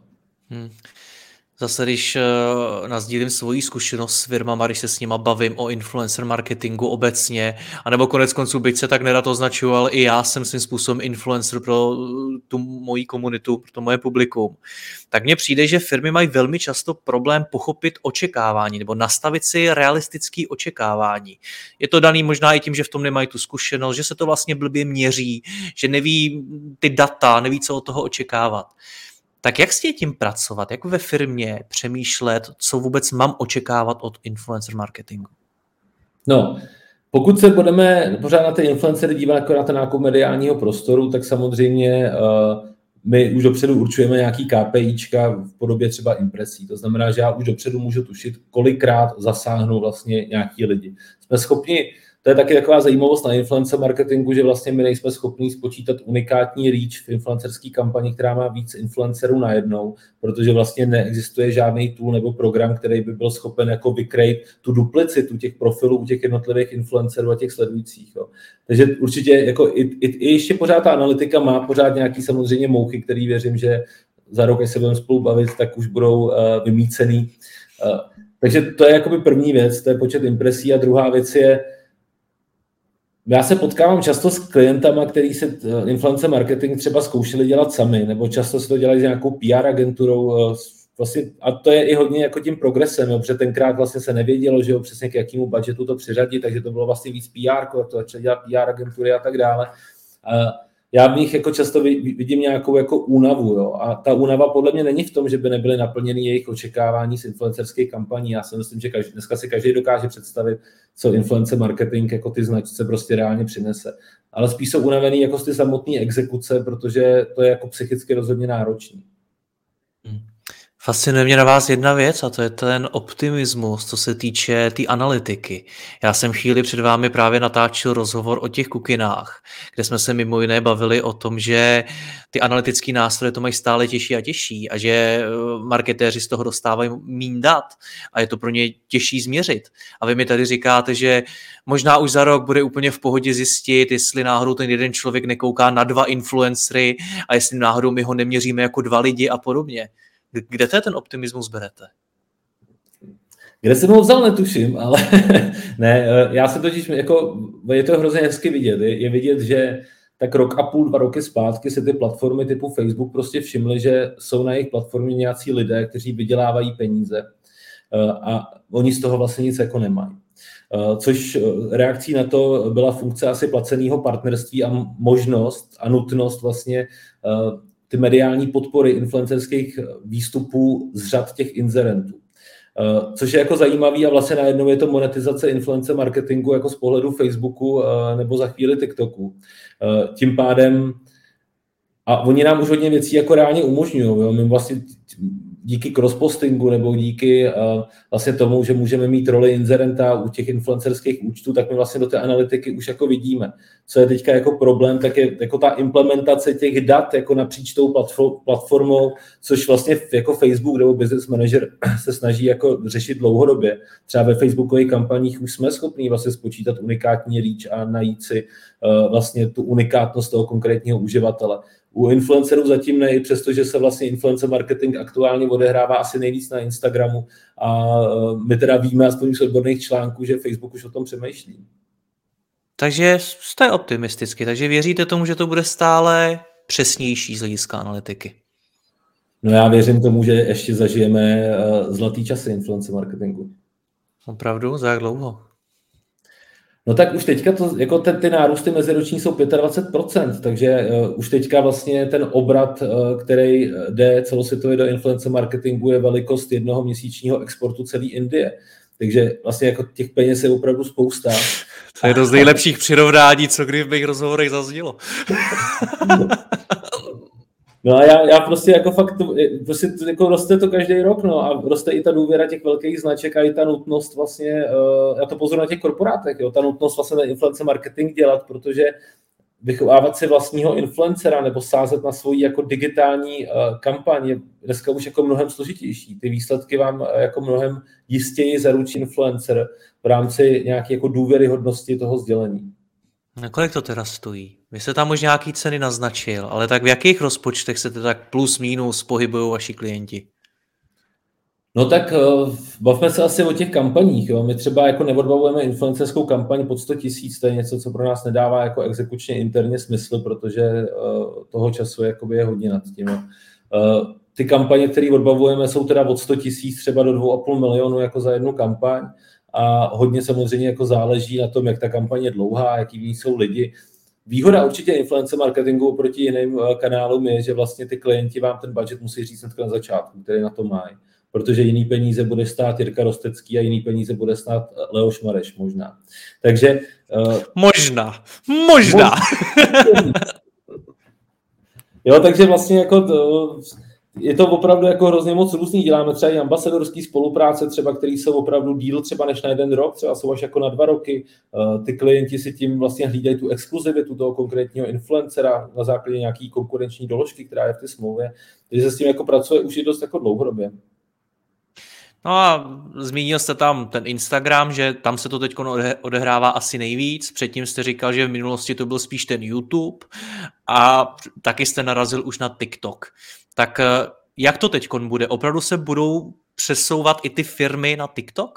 S1: Zase, když nasdílím svoji zkušenost s firmama, když se s nima bavím o influencer marketingu obecně, anebo konec konců, byť se tak nerad označuju, ale i já jsem svým způsobem influencer pro tu moji komunitu, pro to moje publikum, tak mně přijde, že firmy mají velmi často problém pochopit očekávání nebo nastavit si realistické očekávání. Je to daný možná i tím, že v tom nemají tu zkušenost, že se to vlastně blbě měří, že neví ty data, neví, co od toho očekávat. Tak jak s tím pracovat? Jak ve firmě přemýšlet, co vůbec mám očekávat od influencer marketingu?
S2: No, pokud se budeme pořád na ty influencery dívat jako na ten nákup mediálního prostoru, tak samozřejmě my už dopředu určujeme nějaký KPIčka v podobě třeba impresí. To znamená, že já už dopředu můžu tušit, kolikrát zasáhnou vlastně nějaký lidi. Jsme schopni, to je taky taková zajímavost na influencer marketingu, že vlastně my nejsme schopni spočítat unikátní reach v influencerské kampani, která má víc influencerů najednou, protože vlastně neexistuje žádný tool nebo program, který by byl schopen jako vykrýt tu duplicitu těch profilů u těch jednotlivých influencerů a těch sledujících. Jo. Takže určitě jako i ještě pořád ta analytika má pořád nějaký samozřejmě mouchy, který věřím, že za rok, až se budeme spolu bavit, tak už budou vymýcený. Takže to je jakoby první věc, to je počet impresí a druhá věc je, já se potkávám často s klientama, který se influencer marketing třeba zkoušeli dělat sami, nebo často se to dělají s nějakou PR agenturou, vlastně, a to je i hodně jako tím progresem, jo, protože tenkrát vlastně se nevědělo, že jo, přesně k jakému budžetu to přiřadit, takže to bylo vlastně víc PR, to začaly dělat PR agentury a tak dále. Já v nich jako často vidím nějakou jako únavu, jo, a ta únava podle mě není v tom, že by nebyly naplněny jejich očekávání z influencerských kampaní. Já si myslím, že dneska si každý dokáže představit, co influencer marketing jako ty značce prostě reálně přinese. Ale spíš jsou unavený jako z ty samotné exekuce, protože to je jako psychicky rozhodně náročný.
S1: Fascinuje mě na vás jedna věc a to je ten optimismus, co se týče té analytiky. Já jsem chvíli před vámi právě natáčel rozhovor o těch kukinách, kde jsme se mimo jiné bavili o tom, že ty analytické nástroje to mají stále těžší a těžší a že marketéři z toho dostávají míň dat a je to pro ně těžší změřit. A vy mi tady říkáte, že možná už za rok bude úplně v pohodě zjistit, jestli náhodou ten jeden člověk nekouká na 2 influencery a jestli náhodou my ho neměříme jako 2 lidi a podobně. Kde ten optimismus berete?
S2: Kde jsem ho vzal, netuším, ale ne, já se totiž, jako, je to hrozně hezky vidět. Je vidět, že tak rok a půl, 2 roky zpátky se ty platformy typu Facebook prostě všimly, že jsou na jejich platformě nějací lidé, kteří vydělávají peníze a oni z toho vlastně nic jako nemají. Což reakcí na to byla funkce asi placeného partnerství a možnost a nutnost vlastně ty mediální podpory influencerských výstupů z řad těch inzerentů. Což je jako zajímavý a vlastně najednou je to monetizace influencer marketingu jako z pohledu Facebooku nebo za chvíli TikToku. Tím pádem, a oni nám už hodně věcí jako reálně umožňují. My vlastně díky crosspostingu nebo díky vlastně tomu, že můžeme mít roli inzerenta u těch influencerských účtů, tak my vlastně do té analytiky už jako vidíme. Co je teďka jako problém, tak je jako ta implementace těch dat jako napříč tou platformou, což vlastně jako Facebook nebo Business Manager se snaží jako řešit dlouhodobě. Třeba ve facebookových kampaních už jsme schopni vlastně spočítat unikátní reach a najít si vlastně tu unikátnost toho konkrétního uživatele. U influencerů zatím ne, přestože se vlastně influencer marketing aktuálně odehrává asi nejvíc na Instagramu a my teda víme aspoň z odborných článků, že Facebook už o tom přemýšlí.
S1: Takže jste optimisticky, takže věříte tomu, že to bude stále přesnější z hlediska analytiky?
S2: No já věřím tomu, že ještě zažijeme zlatý časy influencer marketingu.
S1: Opravdu? Za jak dlouho?
S2: No tak už teďka to, jako ty nárůsty meziroční jsou 25%, takže už teďka vlastně ten obrat, který jde celosvětově do influencer marketingu, je velikost jednoho měsíčního exportu celé Indie. Takže vlastně jako těch peněz je opravdu spousta.
S1: To je jedno z nejlepších přirovnání, co kdy v mých rozhovorech zaznělo.
S2: No a já prostě jako fakt, prostě jako roste to každý rok, no a roste i ta důvěra těch velkých značek a i ta nutnost vlastně, já to pozoruji na těch korporátech, jo, ta nutnost vlastně ten influencer marketing dělat, protože vychovávat si vlastního influencera nebo sázet na svoji jako digitální kampaň je dneska už jako mnohem složitější. Ty výsledky vám jako mnohem jistěji zaručí influencer v rámci nějaké jako důvěryhodnosti toho sdělení.
S1: Na kolik to teda stojí? Vy jste tam už nějaký ceny naznačil, ale tak v jakých rozpočtech se to tak plus minus pohybují vaši klienti?
S2: No tak bavme se asi o těch kampaních. Jo. My třeba jako neodbavujeme influencerskou kampaň pod 100 000, to je něco, co pro nás nedává jako exekučně interně smysl, protože toho času je hodně nad tím. Ty kampaně, které odbavujeme, jsou teda od 100 000 třeba do 2,5 milionu jako za jednu kampaň a hodně samozřejmě jako záleží na tom, jak ta kampaň je dlouhá, jaký v ní jsou lidi. Výhoda určitě influencer marketingu oproti jiným kanálům je, že vlastně ty klienti vám ten budget musí říct na začátku, který na to mají. Protože jiný peníze bude stát Jirka Rostecký a jiný peníze bude stát Leoš Mareš možná. Takže...
S1: Možná.
S2: Jo, takže vlastně jako je to opravdu jako hrozně moc různý. Děláme třeba i ambasadorský spolupráce, třeba, který jsou opravdu díl třeba než na 1 rok, třeba jsou až jako na 2 roky. Ty klienti si tím vlastně hlídají tu exkluzivitu toho konkrétního influencera na základě nějaký konkurenční doložky, která je v té smlouvě. Takže se s tím jako pracuje už i dost jako dlouhodobě.
S1: No a zmínil jste tam ten Instagram, že tam se to teď odehrává asi nejvíc. Předtím jste říkal, že v minulosti to byl spíš ten YouTube a taky jste narazil už na TikTok. Tak jak to teď bude? Opravdu se budou přesouvat i ty firmy na TikTok?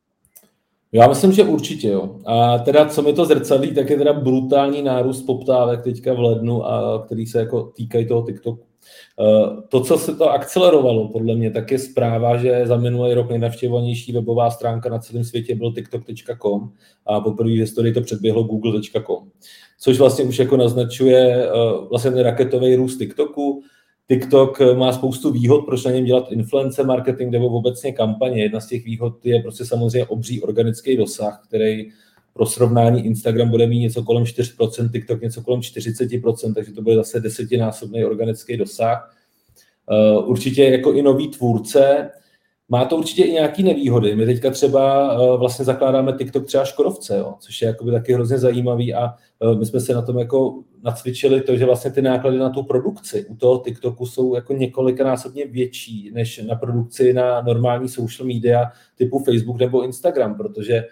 S2: Já myslím, že určitě jo. A teda, co mi to zrcadlí, tak je teda brutální nárůst poptávek teďka v lednu, a který se jako týkají toho TikToku. To, co se to akcelerovalo, podle mě, tak je zpráva, že za minulý rok nejnavštěvovanější webová stránka na celém světě byl tiktok.com a poprvé v historii to předběhlo google.com. Což vlastně už jako naznačuje vlastně ten raketový růst TikToku. TikTok má spoustu výhod, proč na něm dělat influencer marketing nebo obecně kampaně. Jedna z těch výhod je prostě samozřejmě obří organický dosah, který pro srovnání Instagram bude mít něco kolem 4%, TikTok něco kolem 40%, takže to bude zase 10násobný organický dosah. Určitě jako i nový tvůrce. Má to určitě i nějaké nevýhody. My teďka třeba vlastně zakládáme TikTok třeba Škodovce, jo, což je jakoby taky hrozně zajímavý a my jsme se na tom jako nacvičili to, že vlastně ty náklady na tu produkci u toho TikToku jsou jako několikanásobně větší než na produkci na normální social media typu Facebook nebo Instagram, protože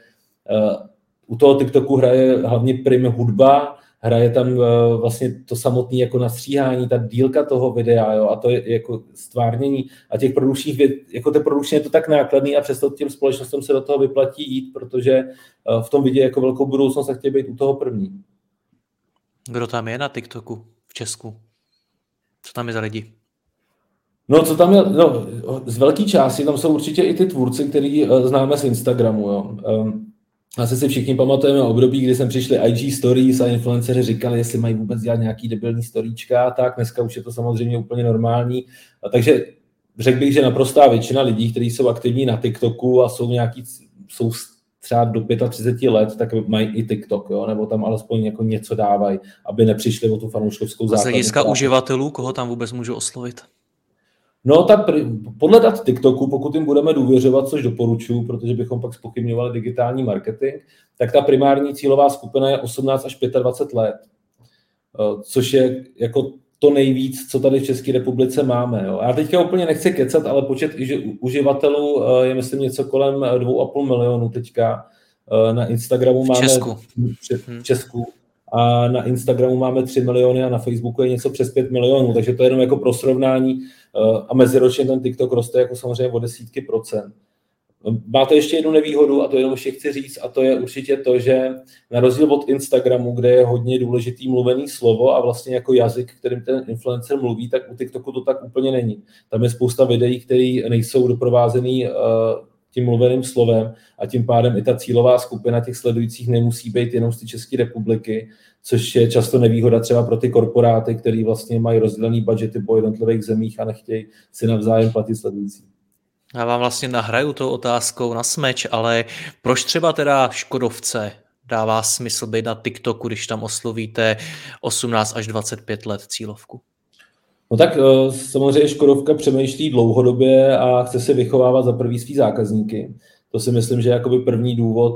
S2: u toho TikToku hraje hlavně prim hudba, hraje tam vlastně to samotné jako nastříhání, ta dílka toho videa, jo, a to je jako stvárnění a těch produkčních jako té produkčně je to tak nákladný a přesto těm společnostem se do toho vyplatí jít, protože v tom vidí jako velkou budoucnost a chtějí být u toho první.
S1: Kdo tam je na TikToku v Česku? Co tam je za lidi?
S2: No, co tam je, no, z velké části tam jsou určitě i ty tvůrci, který známe z Instagramu, jo. Asi si všichni pamatujeme období, kdy sem přišli IG stories a influenceři říkali, jestli mají vůbec dělat nějaký debilní storíčka, tak dneska už je to samozřejmě úplně normální. Takže řekl bych, že naprostá většina lidí, kteří jsou aktivní na TikToku a jsou třeba do 35 let, tak mají i TikTok, jo? Nebo tam alespoň jako něco dávají, aby nepřišli o tu fanouškovskou základnu.
S1: Z hlediska uživatelů, koho tam vůbec můžu oslovit?
S2: No, podle dat TikToku, pokud jim budeme důvěřovat, což doporučuji, protože bychom pak zpochybňovali digitální marketing, tak ta primární cílová skupina je 18 až 25 let, což je jako to nejvíc, co tady v České republice máme. Jo. Já teďka úplně nechci kecat, ale počet uživatelů je myslím něco kolem 2,5 milionu teďka. Na Instagramu máme v Česku. A na Instagramu máme 3 miliony a na Facebooku je něco přes 5 milionů, takže to je jenom jako pro srovnání a meziročně ten TikTok roste jako samozřejmě o desítky procent. Má to ještě jednu nevýhodu a to jenom ještě chci říct a to je určitě to, že na rozdíl od Instagramu, kde je hodně důležitý mluvený slovo a vlastně jako jazyk, kterým ten influencer mluví, tak u TikToku to tak úplně není. Tam je spousta videí, které nejsou doprovázený tím mluveným slovem a tím pádem i ta cílová skupina těch sledujících nemusí být jenom z té České republiky, což je často nevýhoda třeba pro ty korporáty, který vlastně mají rozdělený budžety po jednotlivých zemích a nechtějí si navzájem platit sledující.
S1: Já vám vlastně nahraju tou otázkou na smeč, ale proč třeba teda Škodovce dává smysl být na TikToku, když tam oslovíte 18 až 25 let cílovku?
S2: No tak samozřejmě Škodovka přemýšlí dlouhodobě a chce se vychovávat za prvý svý zákazníky. To si myslím, že je jakoby první důvod,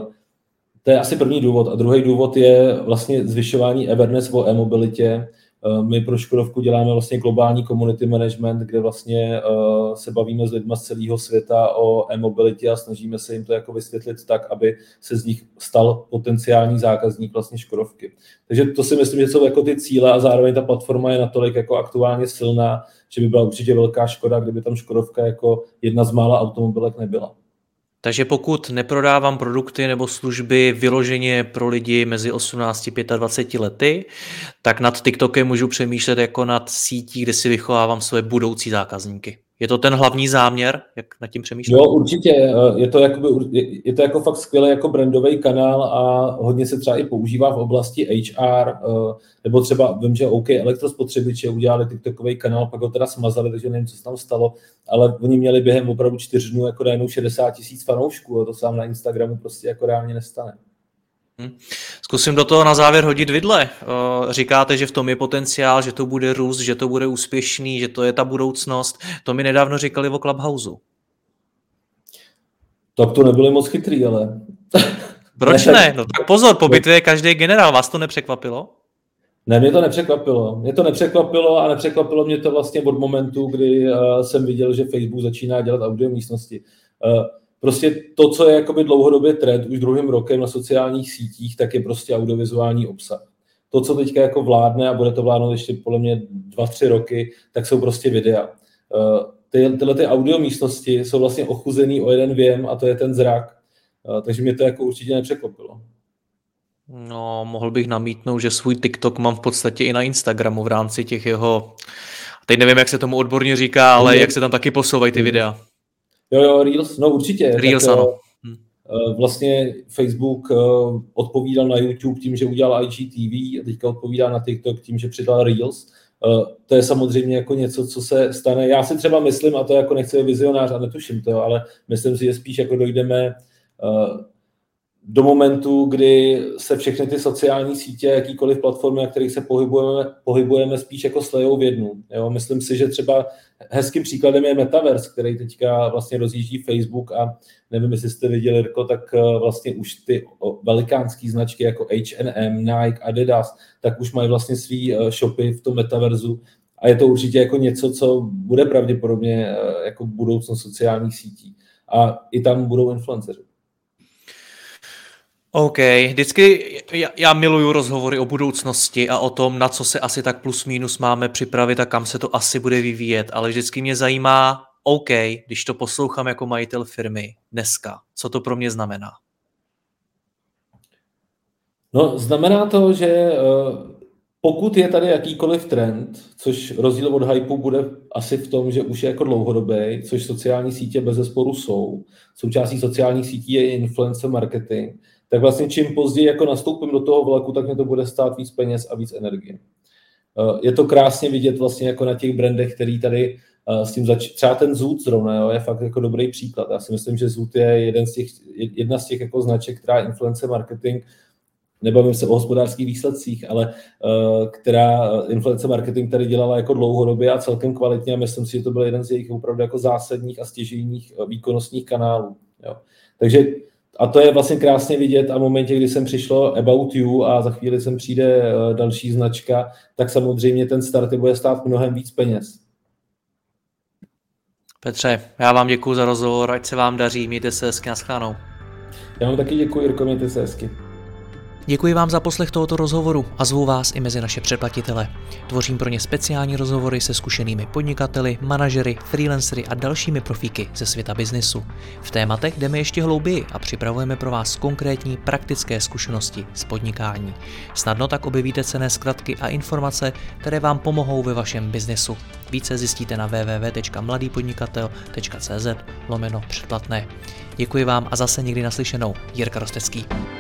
S2: to je asi první důvod. A druhý důvod je vlastně zvyšování awareness o e-mobilitě. My pro Škodovku děláme vlastně globální community management, kde vlastně se bavíme s lidmi z celého světa o e-mobilitě a snažíme se jim to jako vysvětlit tak, aby se z nich stal potenciální zákazník vlastně Škodovky. Takže to si myslím, že jsou jako ty cíle a zároveň ta platforma je natolik jako aktuálně silná, že by byla určitě velká škoda, kdyby tam Škodovka jako jedna z mála automobilek nebyla.
S1: Takže pokud neprodávám produkty nebo služby vyloženě pro lidi mezi 18 a 25 lety, tak nad TikTokem můžu přemýšlet jako nad sítí, kde si vychovávám své budoucí zákazníky. Je to ten hlavní záměr, jak nad tím přemýšlím?
S2: Jo, určitě. Je to jako fakt skvělý jako brandový kanál a hodně se třeba i používá v oblasti HR, nebo třeba vím, že OK elektrospotřebiče udělali TikTokový kanál, pak ho teda smazali, takže nevím, co se tam stalo, ale oni měli během opravdu 4 dnů jako najednou 60 000 fanoušků a to sám na Instagramu prostě jako reálně nestane.
S1: Zkusím do toho na závěr hodit vidle. Říkáte, že v tom je potenciál, že to bude růst, že to bude úspěšný, že to je ta budoucnost. To mi nedávno říkali o Clubhouse. Tak
S2: to nebyli moc chytrý, ale...
S1: Proč ne? No tak pozor, po bitvě je každý generál. Vás to nepřekvapilo?
S2: Ne, mě to nepřekvapilo. A nepřekvapilo mě to vlastně od momentu, kdy jsem viděl, že Facebook začíná dělat audio místnosti. Prostě to, co je jakoby dlouhodobě trend už druhým rokem na sociálních sítích, tak je prostě audiovizuální obsah. To, co teďka jako vládne a bude to vládnout ještě podle mě 2-3 roky, tak jsou prostě videa. Tyhle ty audio místnosti jsou vlastně ochuzený o jeden věm a to je ten zrak. Takže mě to jako určitě nepřekvapilo.
S1: No, mohl bych namítnout, že svůj TikTok mám v podstatě i na Instagramu v rámci těch jeho... Teď nevím, jak se tomu odborně říká, ale jak se tam taky posouvají ty videa.
S2: Jo, Reels, no určitě.
S1: Reels, tak, ano.
S2: Vlastně Facebook odpovídal na YouTube tím, že udělal IGTV a teďka odpovídá na TikTok tím, že přidal Reels. To je samozřejmě jako něco, co se stane. Já si třeba myslím, a to jako nechci být vizionář a netuším to, ale myslím si, že spíš jako dojdeme do momentu, kdy se všechny ty sociální sítě, jakýkoliv platformy, na kterých se pohybujeme spíš jako slejou v jednu. Jo? Myslím si, že třeba hezkým příkladem je Metaverse, který teďka vlastně rozjíždí Facebook a nevím, jestli jste viděli, Jirko, tak vlastně už ty velikánský značky jako H&M, Nike, Adidas, tak už mají vlastně svý shopy v tom Metaverzu a je to určitě jako něco, co bude pravděpodobně jako budoucnost sociálních sítí. A i tam budou influenceři.
S1: OK, vždycky já miluju rozhovory o budoucnosti a o tom, na co se asi tak plus minus máme připravit a kam se to asi bude vyvíjet, ale vždycky mě zajímá, OK, když to poslouchám jako majitel firmy dneska, co to pro mě znamená?
S2: No, znamená to, že pokud je tady jakýkoliv trend, což rozdíl od hypeu bude asi v tom, že už je jako dlouhodobý, což sociální sítě bezesporu jsou, součástí sociálních sítí je i influencer marketing, tak vlastně čím později jako nastoupím do toho vlaku, tak mě to bude stát víc peněz a víc energie. Je to krásně vidět vlastně jako na těch brandech, který tady s tím třeba ten Zoot zrovna, jo, je fakt jako dobrý příklad. Já si myslím, že Zoot je jedna z těch jako značek, která influencer marketing nebavím se o hospodářských výsledcích, ale která influencer marketing tady dělala jako dlouhodobě a celkem kvalitně a myslím si, že to byl jeden z jejich opravdu jako zásadních a stěžejních výkonnostních kanálů. Jo. Takže a to je vlastně krásně vidět a v momentě, kdy sem přišlo About You a za chvíli sem přijde další značka, tak samozřejmě ten start bude stát mnohem víc peněz.
S1: Petře, já vám děkuji za rozhovor, ať se vám daří, mějte se hezky, naschledanou.
S2: Já vám taky děkuji, Jirko, mějte se hezky.
S1: Děkuji vám za poslech tohoto rozhovoru a zvu vás i mezi naše předplatitele. Tvořím pro ně speciální rozhovory se zkušenými podnikateli, manažery, freelancery a dalšími profíky ze světa biznisu. V tématech jdeme ještě hlouběji a připravujeme pro vás konkrétní praktické zkušenosti z podnikání. Snadno tak objevíte cenné zkratky a informace, které vám pomohou ve vašem biznisu. Více zjistíte na www.mladýpodnikatel.cz/předplatné. Děkuji vám a zase někdy naslyšenou. Jirka Rostecký.